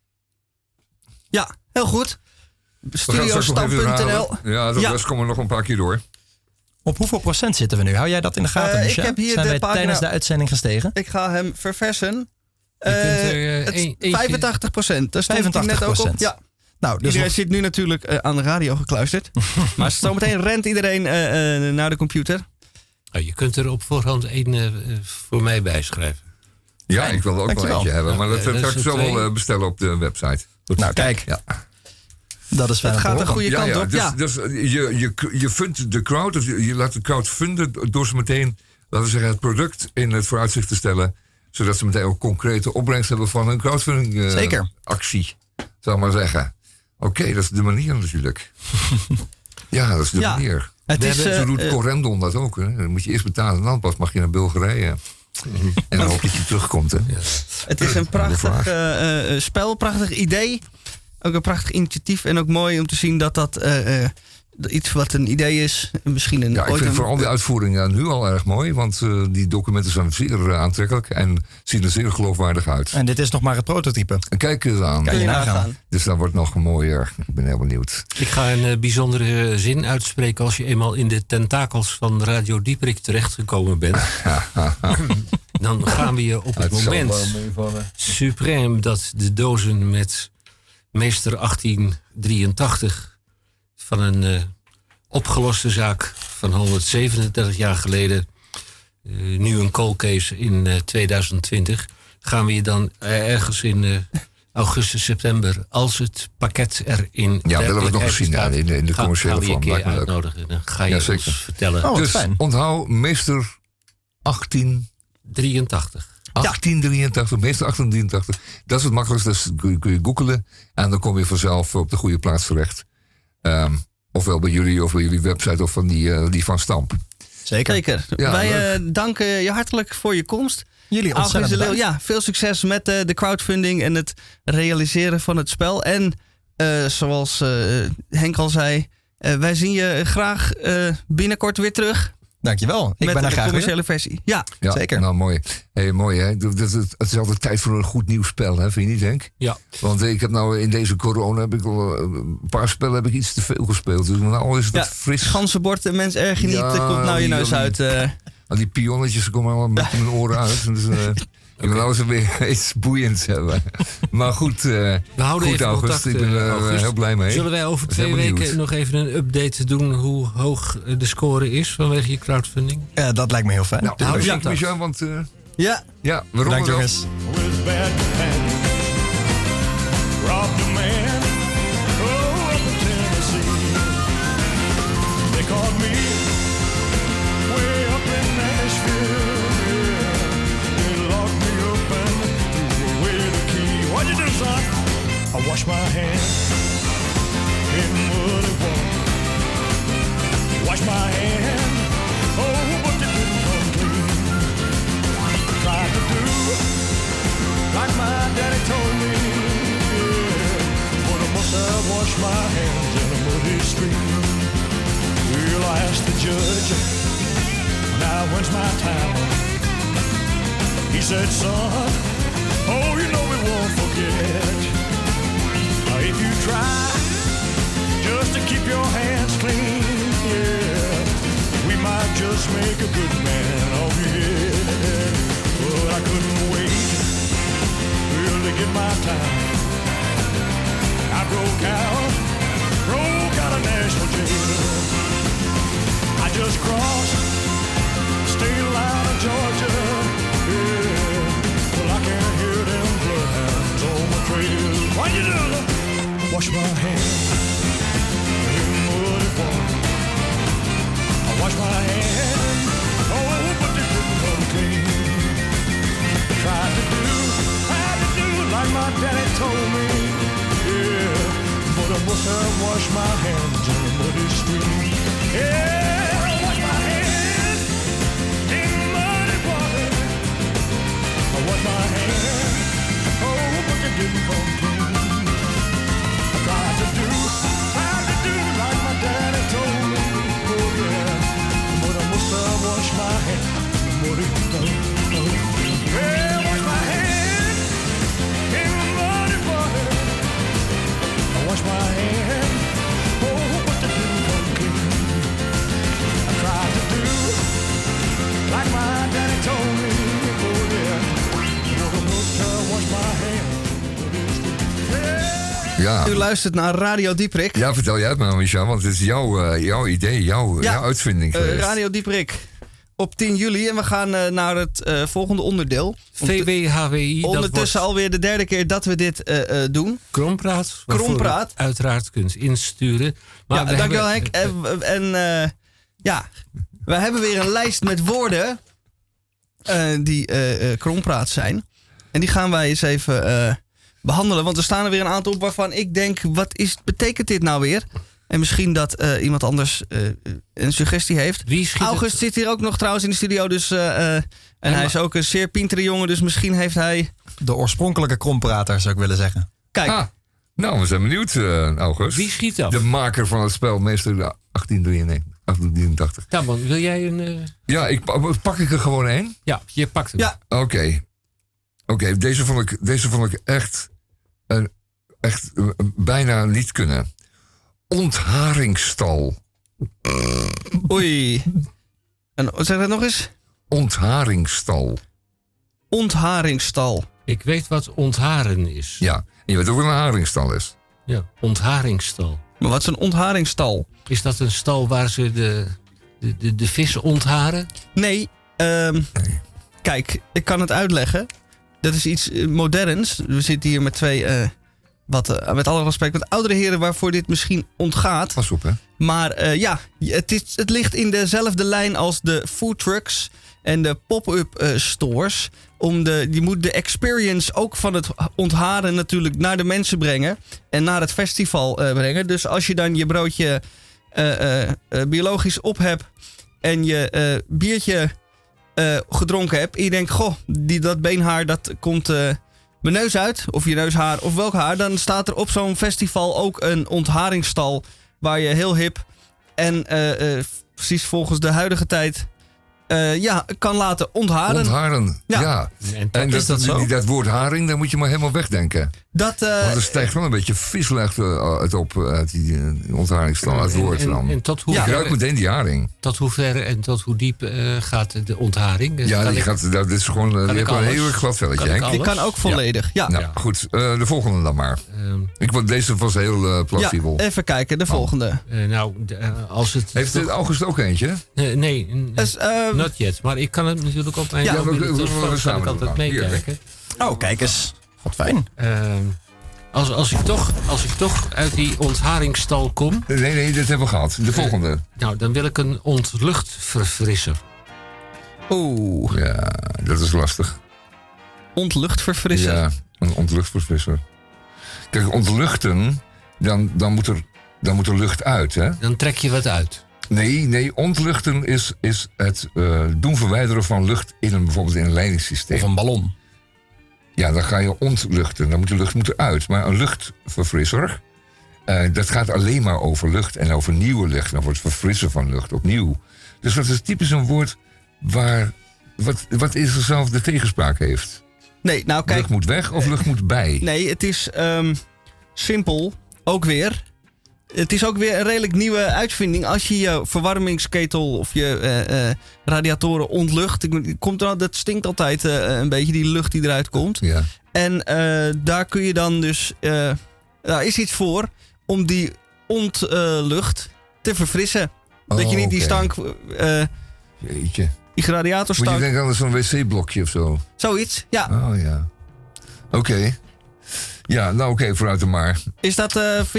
Ja, heel goed. Studiostamp.nl. Ja, de rest komen nog een paar keer door. Op hoeveel procent zitten we nu? Hou jij dat in de gaten, Michel? Ik heb hier Zijn de wij pagina tijdens de uitzending gestegen? Ik ga hem verversen. Je kunt er 85%. Daar stond hij net ook op. Ja. Nou, dus iedereen zit nu natuurlijk aan de radio gekluisterd. Maar zometeen rent iedereen naar de computer. Je kunt er op voorhand één voor mij bijschrijven. Ja, ik wil er ook wel eentje hebben. Maar dat ga ik zo wel bestellen op de website. Goed, nou, kijk. Ja. Dat is fijn. Het gaat de goede kant op. Dus je fundt de crowd, of je laat de crowd funden door ze meteen, laten we zeggen, het product in het vooruitzicht te stellen. Zodat ze meteen ook concrete opbrengst hebben van hun crowdfunding actie. Zal ik maar zeggen. Oké, dat is de manier natuurlijk. Ja, dat is de manier. Zo doet Corendon dat ook. Hè. Dan moet je eerst betalen en dan pas mag je naar Bulgarije. En dan hoop dat je terugkomt. Hè. Ja. Het is een prachtig spel, prachtig idee. Ook een prachtig initiatief. En ook mooi om te zien dat iets wat een idee is. Misschien een. Ja, ik vind vooral de uitvoering nu al erg mooi. Want die documenten zijn zeer aantrekkelijk. En zien er zeer geloofwaardig uit. En dit is nog maar het prototype. En kijk eens aan. Kan je nagaan. Dus dat wordt nog mooier. Ik ben heel benieuwd. Ik ga een bijzondere zin uitspreken als je eenmaal in de tentakels van Radio Dieprik terechtgekomen bent. Dan gaan we je op het moment suprem dat de dozen met Meester 1883 van een opgeloste zaak van 137 jaar geleden, nu een cold case in 2020, gaan we je dan ergens in augustus, september, als het pakket erin willen we het nog eens zien in de commerciële vorm. Gaan we je een keer uitnodigen. Dan ga je ons vertellen. Oh, dus fijn. Onthoud Meester 1883. 1883, meester 1883. Dat is het makkelijkste. Dus kun je googelen en dan kom je vanzelf op de goede plaats terecht. Ofwel bij jullie of bij jullie website of van die van Stamp. Zeker. Ja, wij danken je hartelijk voor je komst. Jullie ontzettend bedankt. Ja, veel succes met de crowdfunding en het realiseren van het spel. En zoals Henk al zei, wij zien je graag binnenkort weer terug. Dankjewel. Ik ben er graag de commerciële weer. versie. Ja, zeker. Nou, mooi. Hey, mooi, hè? Het is altijd tijd voor een goed nieuw spel, hè? Vind je niet, Henk? Ja. Want ik heb nou in deze corona een paar spellen iets te veel gespeeld. Dus nou is het fris. Ganzenbord en Mens erg niet. Komt nou je neus uit. Die pionnetjes komen allemaal met mijn oren uit. Dus, Ik wil alles weer iets boeiends hebben. Maar goed, We houden goed even August. contact, Ik ben er August. heel blij mee. Zullen wij over Ik ben 2 benieuwd. weken nog even een update doen hoe hoog de score is vanwege je crowdfunding? Ja, dat lijkt me heel fijn. Nou, Hou je bedankt, contact. Michel, want Ja, ja, we Bedankt rollen jongens. with bad companions. Robbed a man, oh, up in Tennessee. They caught me way up in Nashville. Yeah. They locked me up and threw away the key. What'd you do, son? I washed my hands in muddy water. Wash my hands, oh, but they didn't come clean. Tried to do like my daddy told me, yeah. But I must have washed my hands in a muddy stream. Well, I asked the judge, now when's my time? He said, son, oh, you know we won't forget. Now if you try just to keep your hands clean, yeah, we might just make a good man of you. But I couldn't wait to get my time. I broke out of National Jail. I just crossed state line of Georgia. Yeah, well I can hear them bloodhounds on my trail. Why'd you do that? Wash my hands in muddy water. I wash my hands, oh, but they didn't come clean. Tried to do like my daddy told me, yeah, but I must have washed my hands in the muddy stream. Yeah, I washed my hands in muddy water. I washed my hands, oh, but they didn't come clean. I tried to do like my daddy told me, oh yeah, but I must have washed my hands in the muddy water. Yeah, wash my hands in muddy water. I wash my hands, oh, but they didn't come clean. I tried to do like my daddy told me, oh yeah, but I must have washed my hands. Ja. u luistert naar Radio Dieprik. Ja, vertel jij het maar, Michel, want het is jouw idee, jouw uitvinding geweest. Radio Dieprik op 10 juli. En we gaan naar het volgende onderdeel. VWHWI. Ondertussen alweer de derde keer dat we dit doen. Krompraat. Krompraat. U uiteraard kunt insturen. Maar Ja, dankjewel Henk. Ja, we hebben weer een lijst met woorden die krompraat zijn. En die gaan wij eens even behandelen. Want er staan er weer een aantal op waarvan ik denk, betekent dit nou weer? En misschien dat iemand anders een suggestie heeft. August zit hier ook nog trouwens in de studio. Dus, en hij is ook een zeer pintere jongen. Dus misschien heeft hij... De oorspronkelijke kromprater zou ik willen zeggen. Kijk. Nou, we zijn benieuwd, August. Wie schiet af? De maker van het spel, meester 1883. Tamon, wil jij een... Ja, pak ik er gewoon één? Ja, je pakt hem. Ja. Oké, deze vond ik echt bijna niet kunnen. Ontharingstal. Oei. En zeg dat nog eens? Ontharingstal. Ontharingstal. Ik weet wat ontharen is. Ja, en je weet ook wat een haringstal is. Ja, ontharingstal. Maar wat is een ontharingstal? Is dat een stal waar ze de vissen ontharen? Nee, kijk, ik kan het uitleggen. Dat is iets moderns. We zitten hier met twee, met alle respect, met oudere heren waarvoor dit misschien ontgaat. Pas op, hè. Maar ja, het ligt in dezelfde lijn als de food trucks en de pop-up stores. Je moet de experience ook van het ontharen natuurlijk naar de mensen brengen. En naar het festival brengen. Dus als je dan je broodje biologisch op hebt en je biertje gedronken hebt. En je denkt, goh, dat beenhaar dat komt mijn neus uit. Of je neushaar of welk haar. Dan staat er op zo'n festival ook een ontharingstal. Waar je heel hip en precies volgens de huidige tijd kan laten ontharen. Ontharen, ja. En is dat zo? Dat woord haring, daar moet je maar helemaal wegdenken. Want er stijgt wel een beetje vislucht uit op uit die ontharingstal, uit het woord dan. En tot hoe je ruikt meteen die haring. Tot hoe ver en tot hoe diep gaat de ontharing? Dat is gewoon je hebt een heel erg glad velletje, Henk. Die kan ook volledig, ja. Nou, goed, de volgende dan maar. Deze was heel plausibel. Ja, even kijken, de volgende. Als het heeft het August ook eentje? Nee, not yet. Maar ik kan het natuurlijk op mijn telefoon kan ik altijd meekijken. Oh, kijk eens. Wat fijn. Als ik toch uit die ontharingstal kom... Nee, dit hebben we gehad. De volgende. Dan wil ik een ontluchtverfrisser. Oeh. Ja, dat is lastig. Ontluchtverfrisser? Ja, een ontluchtverfrisser. Kijk, ontluchten, dan moet er lucht uit, hè? Dan trek je wat uit. Nee, ontluchten is het doen verwijderen van lucht bijvoorbeeld in een leidingssysteem. Of een ballon. Ja, dan ga je ontluchten. Dan moet de lucht eruit. Maar een luchtverfrisser, dat gaat alleen maar over lucht en over nieuwe lucht. En over het verfrissen van lucht opnieuw. Dus dat is typisch een woord wat in zichzelf de tegenspraak heeft. Nee, nou kijk. Lucht moet weg of lucht moet bij? Nee, het is simpel. Ook weer. Het is ook weer een redelijk nieuwe uitvinding. Als je je verwarmingsketel of je radiatoren ontlucht. Dat stinkt altijd een beetje, die lucht die eruit komt. Ja. En daar kun je dan dus... daar is iets voor om die ontlucht te verfrissen. Dat je niet die stank... Jeetje. Die radiatorstank... Moet je denken aan zo'n wc-blokje of zo? Zoiets, ja. Oh ja. Oké. Ja, nou oké, vooruit dan maar. Is dat,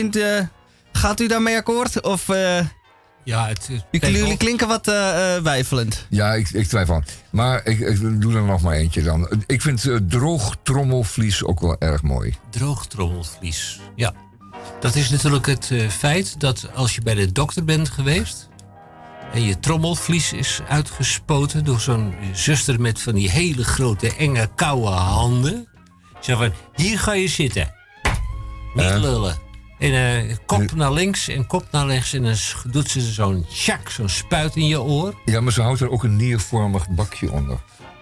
gaat u daarmee akkoord? Of... Ja, jullie klinken wat weifelend. Ja, ik twijfel. Maar ik doe er nog maar eentje dan. Ik vind droog trommelvlies ook wel erg mooi. Droog trommelvlies, ja. Dat is natuurlijk het feit dat als je bij de dokter bent geweest... en je trommelvlies is uitgespoten door zo'n zuster met van die hele grote, enge, koude handen. Zo van, hier ga je zitten. Niet lullen. En kop naar links en kop naar rechts. En dan doet ze zo'n spuit in je oor. Ja, maar ze houdt er ook een niervormig bakje onder.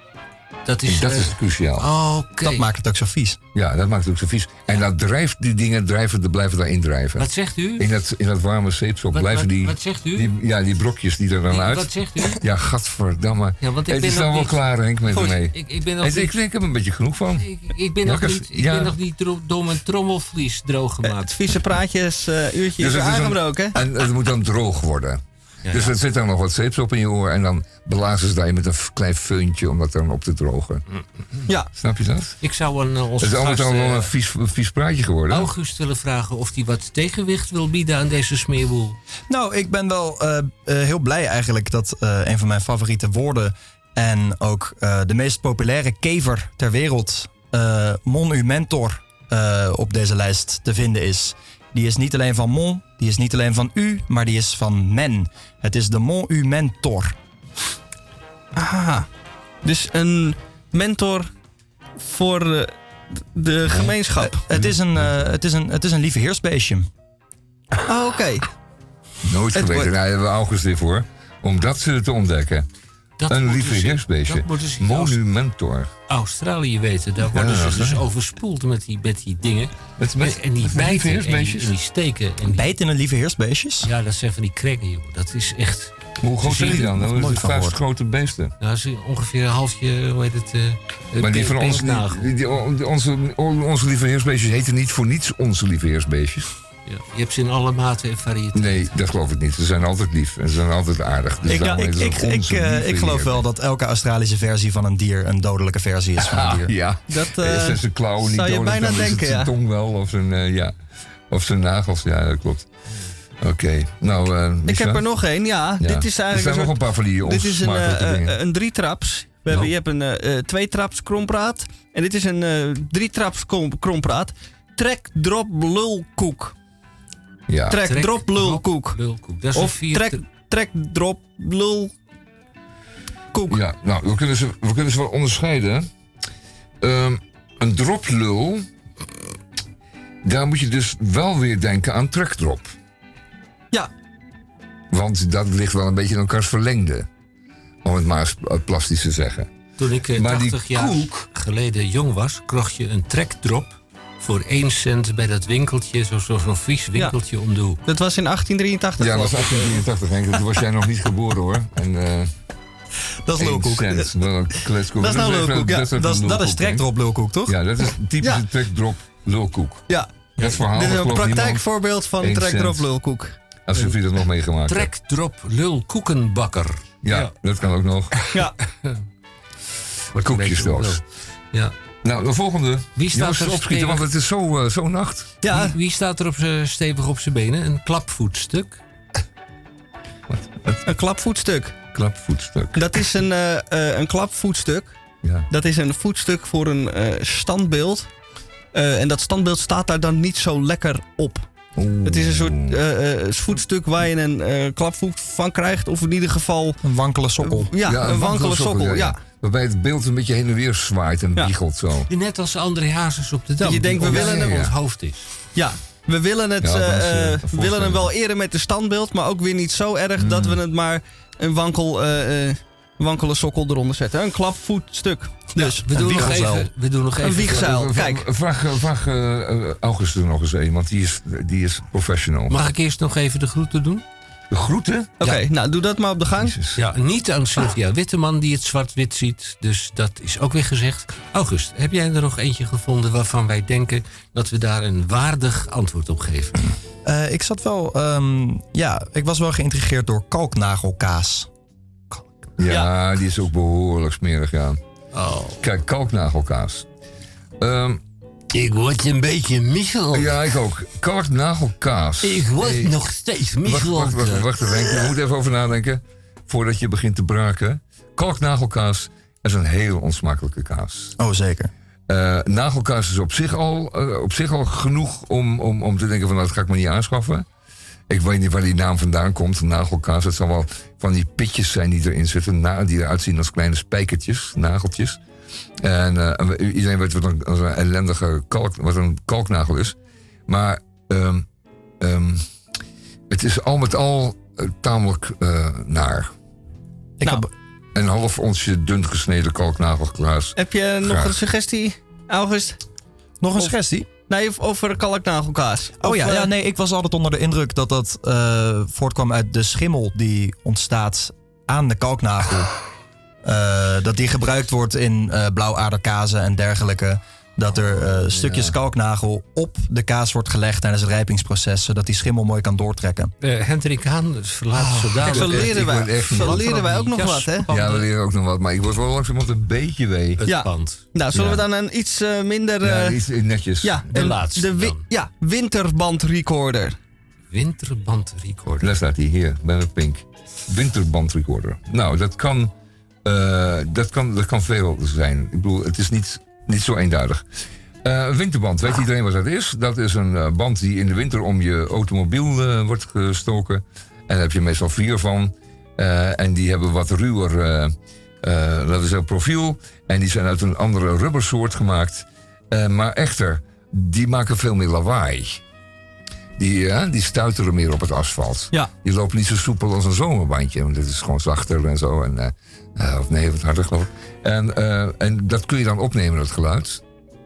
Dat is cruciaal. Oké. Dat maakt het ook zo vies. Ja, dat maakt het ook zo vies. En dat drijft die dingen blijven daarin drijven. Wat zegt u? In dat warme zeepsop blijven die... Wat zegt u? Die brokjes die er dan uit. Wat zegt u? Ja, gadverdamme. Ja, want het is dan wel klaar, Henk, met mee. Ik heb er een beetje genoeg van. Ik ben nog niet door mijn trommelvlies droog gemaakt. Het vieze praatje is uurtje dus aangebroken. En het moet dan droog worden. Ja, dus er zit dan nog wat zeepsop in je oor en dan blazen ze daar met een klein feuntje om dat dan op te drogen. Ja. Snap je dat? Ik zou het is allemaal wel een vies praatje geworden. August willen vragen of hij wat tegenwicht wil bieden aan deze smeerboel. Nou, ik ben wel heel blij eigenlijk dat een van mijn favoriete woorden en ook de meest populaire kever ter wereld, monumentor, op deze lijst te vinden is. Die is niet alleen van mon, die is niet alleen van u, maar die is van men. Het is de monumentor. Aha. Dus een mentor voor de gemeenschap. Het is een lieve heersbeestje. Oh, oké. Nooit geweten. Daar hebben we August weer voor. Om dat te ontdekken. Een lieve heersbeestje. Monumentor. Australië weten, daar worden ze dus overspoeld met die dingen. En die bijten en die steken. Bijten in lieve heersbeestjes? Ja, dat zijn van die kreggen, joh. Dat is echt... Hoe groot zijn die dan? Dat zijn 5 grote beesten. Nou, dat is ongeveer een halfje, hoe heet het? Maar die van ons, onze lieve heersbeestjes heten niet voor niets onze lieve heersbeestjes. Ja, je hebt ze in alle maten en variëteiten. Nee, dat geloof ik niet. Ze zijn altijd lief en ze zijn altijd aardig. Dus ik geloof wel dat elke Australische versie van een dier een dodelijke versie is van een dier. Ja, dat is zijn klauwen niet zou je dodelijk, bijna dan denken, is het zijn tong wel of zijn, of zijn nagels. Ja, dat klopt. Oké, nou... ik heb er nog één, ja. Dit is eigenlijk er zijn nog een paar van die dit is een 3-traps. Je hebt een 2-traps krompraat. En dit is een 3-traps krompraat. Trek, drop, lulkoek. Ja. Trek, drop, lulkoek. Dat is of trek, drop, lulkoek. Ja, nou, we kunnen ze wel onderscheiden. Een droplul, daar moet je dus wel weer denken aan trekdrop. Ja. Want dat ligt wel een beetje in elkaars verlengde. Om het maar eens plastisch te zeggen. Toen ik Maar 80 die jaar koek- geleden jong was, kocht je een trekdrop voor 1 cent bij dat winkeltje, zo'n vies winkeltje om de hoek. Dat was in 1883. Ja, dat was geloof ik. 1883, Henk. Toen was jij nog niet geboren, hoor. En, Dat is lulkoek. Dat is nou lulkoek, ja. Dat is trekdrop lulkoek, toch? Ja, dat is typische Ja. trekdrop lulkoek. Ja. Dat verhaal Dit is een gelooft niemand. praktijkvoorbeeld van 1 trekdrop cent. lulkoek. Alsof je dat nog meegemaakt hebt. Trekdrop lulkoekenbakker. Ja, dat kan ook nog. Ja. Koekjesdoos. Ja. Nou, de volgende. Wie staat Jongens, er opschieten, stevig? want het is zo nacht. Ja. Wie staat er stevig op zijn benen? Een klapvoetstuk. Een klapvoetstuk. Klapvoetstuk. Dat is een klapvoetstuk. Ja. Dat is een voetstuk voor een standbeeld. En dat standbeeld staat daar dan niet zo lekker op. Het is een soort voetstuk waar je een klapvoet van krijgt. Of in ieder geval... Een wankele sokkel. Ja, een wankele sokkel. Ja. Waarbij het beeld een beetje heen en weer zwaait en biegelt zo. Net als André Hazes op de Dam. Je denkt, we die willen onder hem- ons hoofd is. Ja, we willen het. Ja, dat is, we willen voorstellen. hem wel eren met de standbeeld. Maar ook weer niet zo erg dat we het maar een wankele sokkel eronder zetten. Een klapvoetstuk. Dus We doen nog even... Een wiegzuil. Kijk. Vraag August er nog eens een, want die is professional. Mag ik eerst nog even de groeten doen? De groeten? Oké, nou doe dat maar op de gang. Ja, niet aan Sylvia Witteman die het zwart-wit ziet. Dus dat is ook weer gezegd. August, heb jij er nog eentje gevonden waarvan wij denken dat we daar een waardig antwoord op geven? Ik zat wel... ik was wel geïntrigeerd door kalknagelkaas. Ja, die is ook behoorlijk smerig, ja. Oh. Kijk, kalknagelkaas. Ik word een beetje misselijk. Ja, ik ook. Kalknagelkaas. Ik word nog steeds misselijk. Wacht even, Henk. Je moet even over nadenken voordat je begint te braken. Kalknagelkaas is een heel onsmakelijke kaas. Oh, zeker. Nagelkaas is op zich al genoeg om te denken van dat ga ik maar niet aanschaffen. Ik weet niet waar die naam vandaan komt, nagelkaas. Het zal wel van die pitjes zijn die erin zitten, die eruit zien als kleine spijkertjes, nageltjes. En iedereen weet wat een ellendige wat een kalknagel is. Maar het is al met al tamelijk naar. Ik heb... Een half onsje dun gesneden kalknagelkaas. Heb je nog Graag. een suggestie, August? Nog een suggestie? Nee, over kalknagelkaas. Nee, ik was altijd onder de indruk dat dat voortkwam uit de schimmel die ontstaat aan de kalknagel. Dat die gebruikt wordt in blauwaderkazen en dergelijke. Dat er stukjes kalknagel op de kaas wordt gelegd tijdens het rijpingsproces, zodat die schimmel mooi kan doortrekken. Hendrik Haan verlaat zo Kijk, dadelijk. zo leren wij ook nog wat, hè? Ja, we leren ook nog wat, maar ik word wel langzamerhand een beetje wee. Het pand. Nou, zullen we dan een iets minder... Ja, iets netjes. Ja, De laatste dan. winterbandrecorder. Winterbandrecorder. Daar staat hij hier, bij de pink. Winterbandrecorder. Nou, dat kan veel zijn. Ik bedoel, het is niet zo eenduidig. Winterband, weet iedereen wat dat is? Dat is een band die in de winter om je automobiel wordt gestoken. En daar heb je meestal 4 van. En die hebben wat ruwer laten we zeggen, profiel. En die zijn uit een andere rubbersoort gemaakt. Maar echter, die maken veel meer lawaai. Die stuiteren meer op het asfalt. Ja. Die lopen niet zo soepel als een zomerbandje. Want het is gewoon zachter en zo. Of nee, wat harder geloof ik. En dat kun je dan opnemen, dat geluid.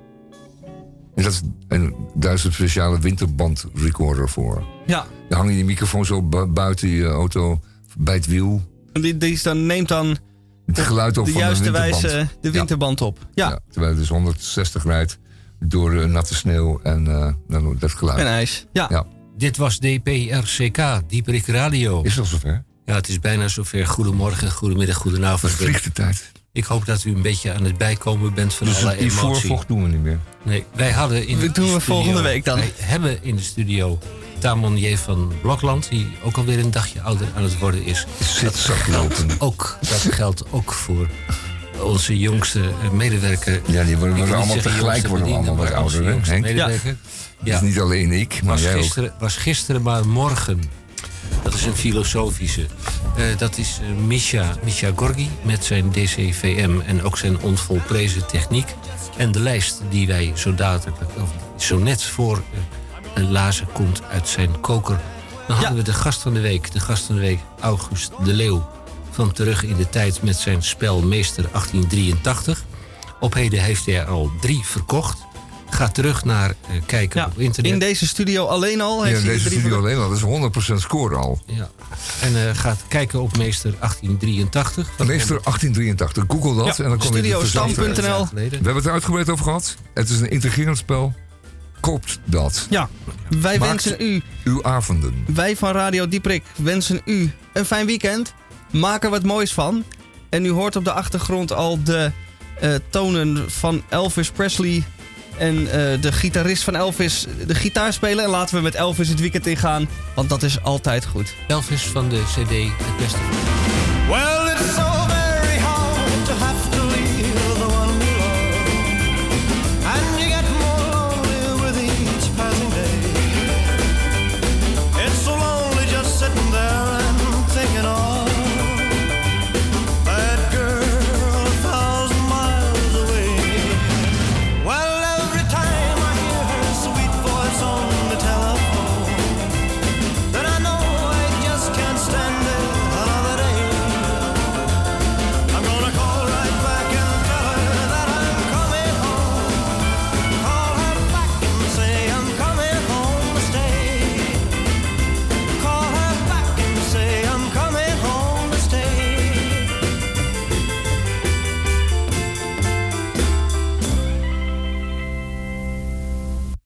En daar is een speciale winterbandrecorder voor. Ja. Dan hang je die microfoon zo buiten je auto, bij het wiel. Neemt dan Het geluid op de van juiste de winterband. wijze de winterband op. Ja. Terwijl het dus 160 rijdt door natte sneeuw en dan dat geluid. En ijs. Ja. Dit was DPRCK, Dieperik Radio. Is het al zover? Ja, het is bijna zover. Goedemorgen, goedemiddag, goedenavond. Het vliegt de tijd. Ik hoop dat u een beetje aan het bijkomen bent van Dus alle die emotie. voorvocht doen we niet meer. Nee, wij hadden in de doen we studio, volgende week dan. Wij hebben in de studio Tamon J. van Blokland, die ook alweer een dagje ouder aan het worden is. Dat geldt ook voor onze jongste medewerker. Ja, die worden Ik wil niet allemaal zeggen tegelijk jongste worden we allemaal wat bediende, maar onze ouder, hè, jongste Henk? medewerker. Ja. Dus niet alleen ik, maar jij ook. Was gisteren maar morgen. Dat is een filosofische. Dat is Misha Gorgi met zijn DCVM en ook zijn onvolprezen techniek. En de lijst die wij zo net voor lazen komt uit zijn koker. Dan hadden we de gast van de week. De gast van de week, August de Leeuw van terug in de tijd met zijn spel Meester 1883. Op heden heeft hij er al 3 verkocht. Ga terug naar kijken op internet. In deze studio alleen al. Heeft in deze studio alleen al. Dat is 100% score al. Ja. En gaat kijken op Meester 1883. Meester 1883. Google dat. En dan kom je Studiostam.nl. We hebben het er uitgebreid over gehad. Het is een intrigerend spel. Koopt dat. Ja, wij Maakt wensen u... uw avonden. Wij van Radio Dieprik wensen u een fijn weekend. Maak er wat moois van. En u hoort op de achtergrond al de tonen van Elvis Presley... En de gitarist van Elvis de gitaar spelen. En laten we met Elvis het weekend ingaan. Want dat is altijd goed. Elvis van de CD Het Beste. Well, it's so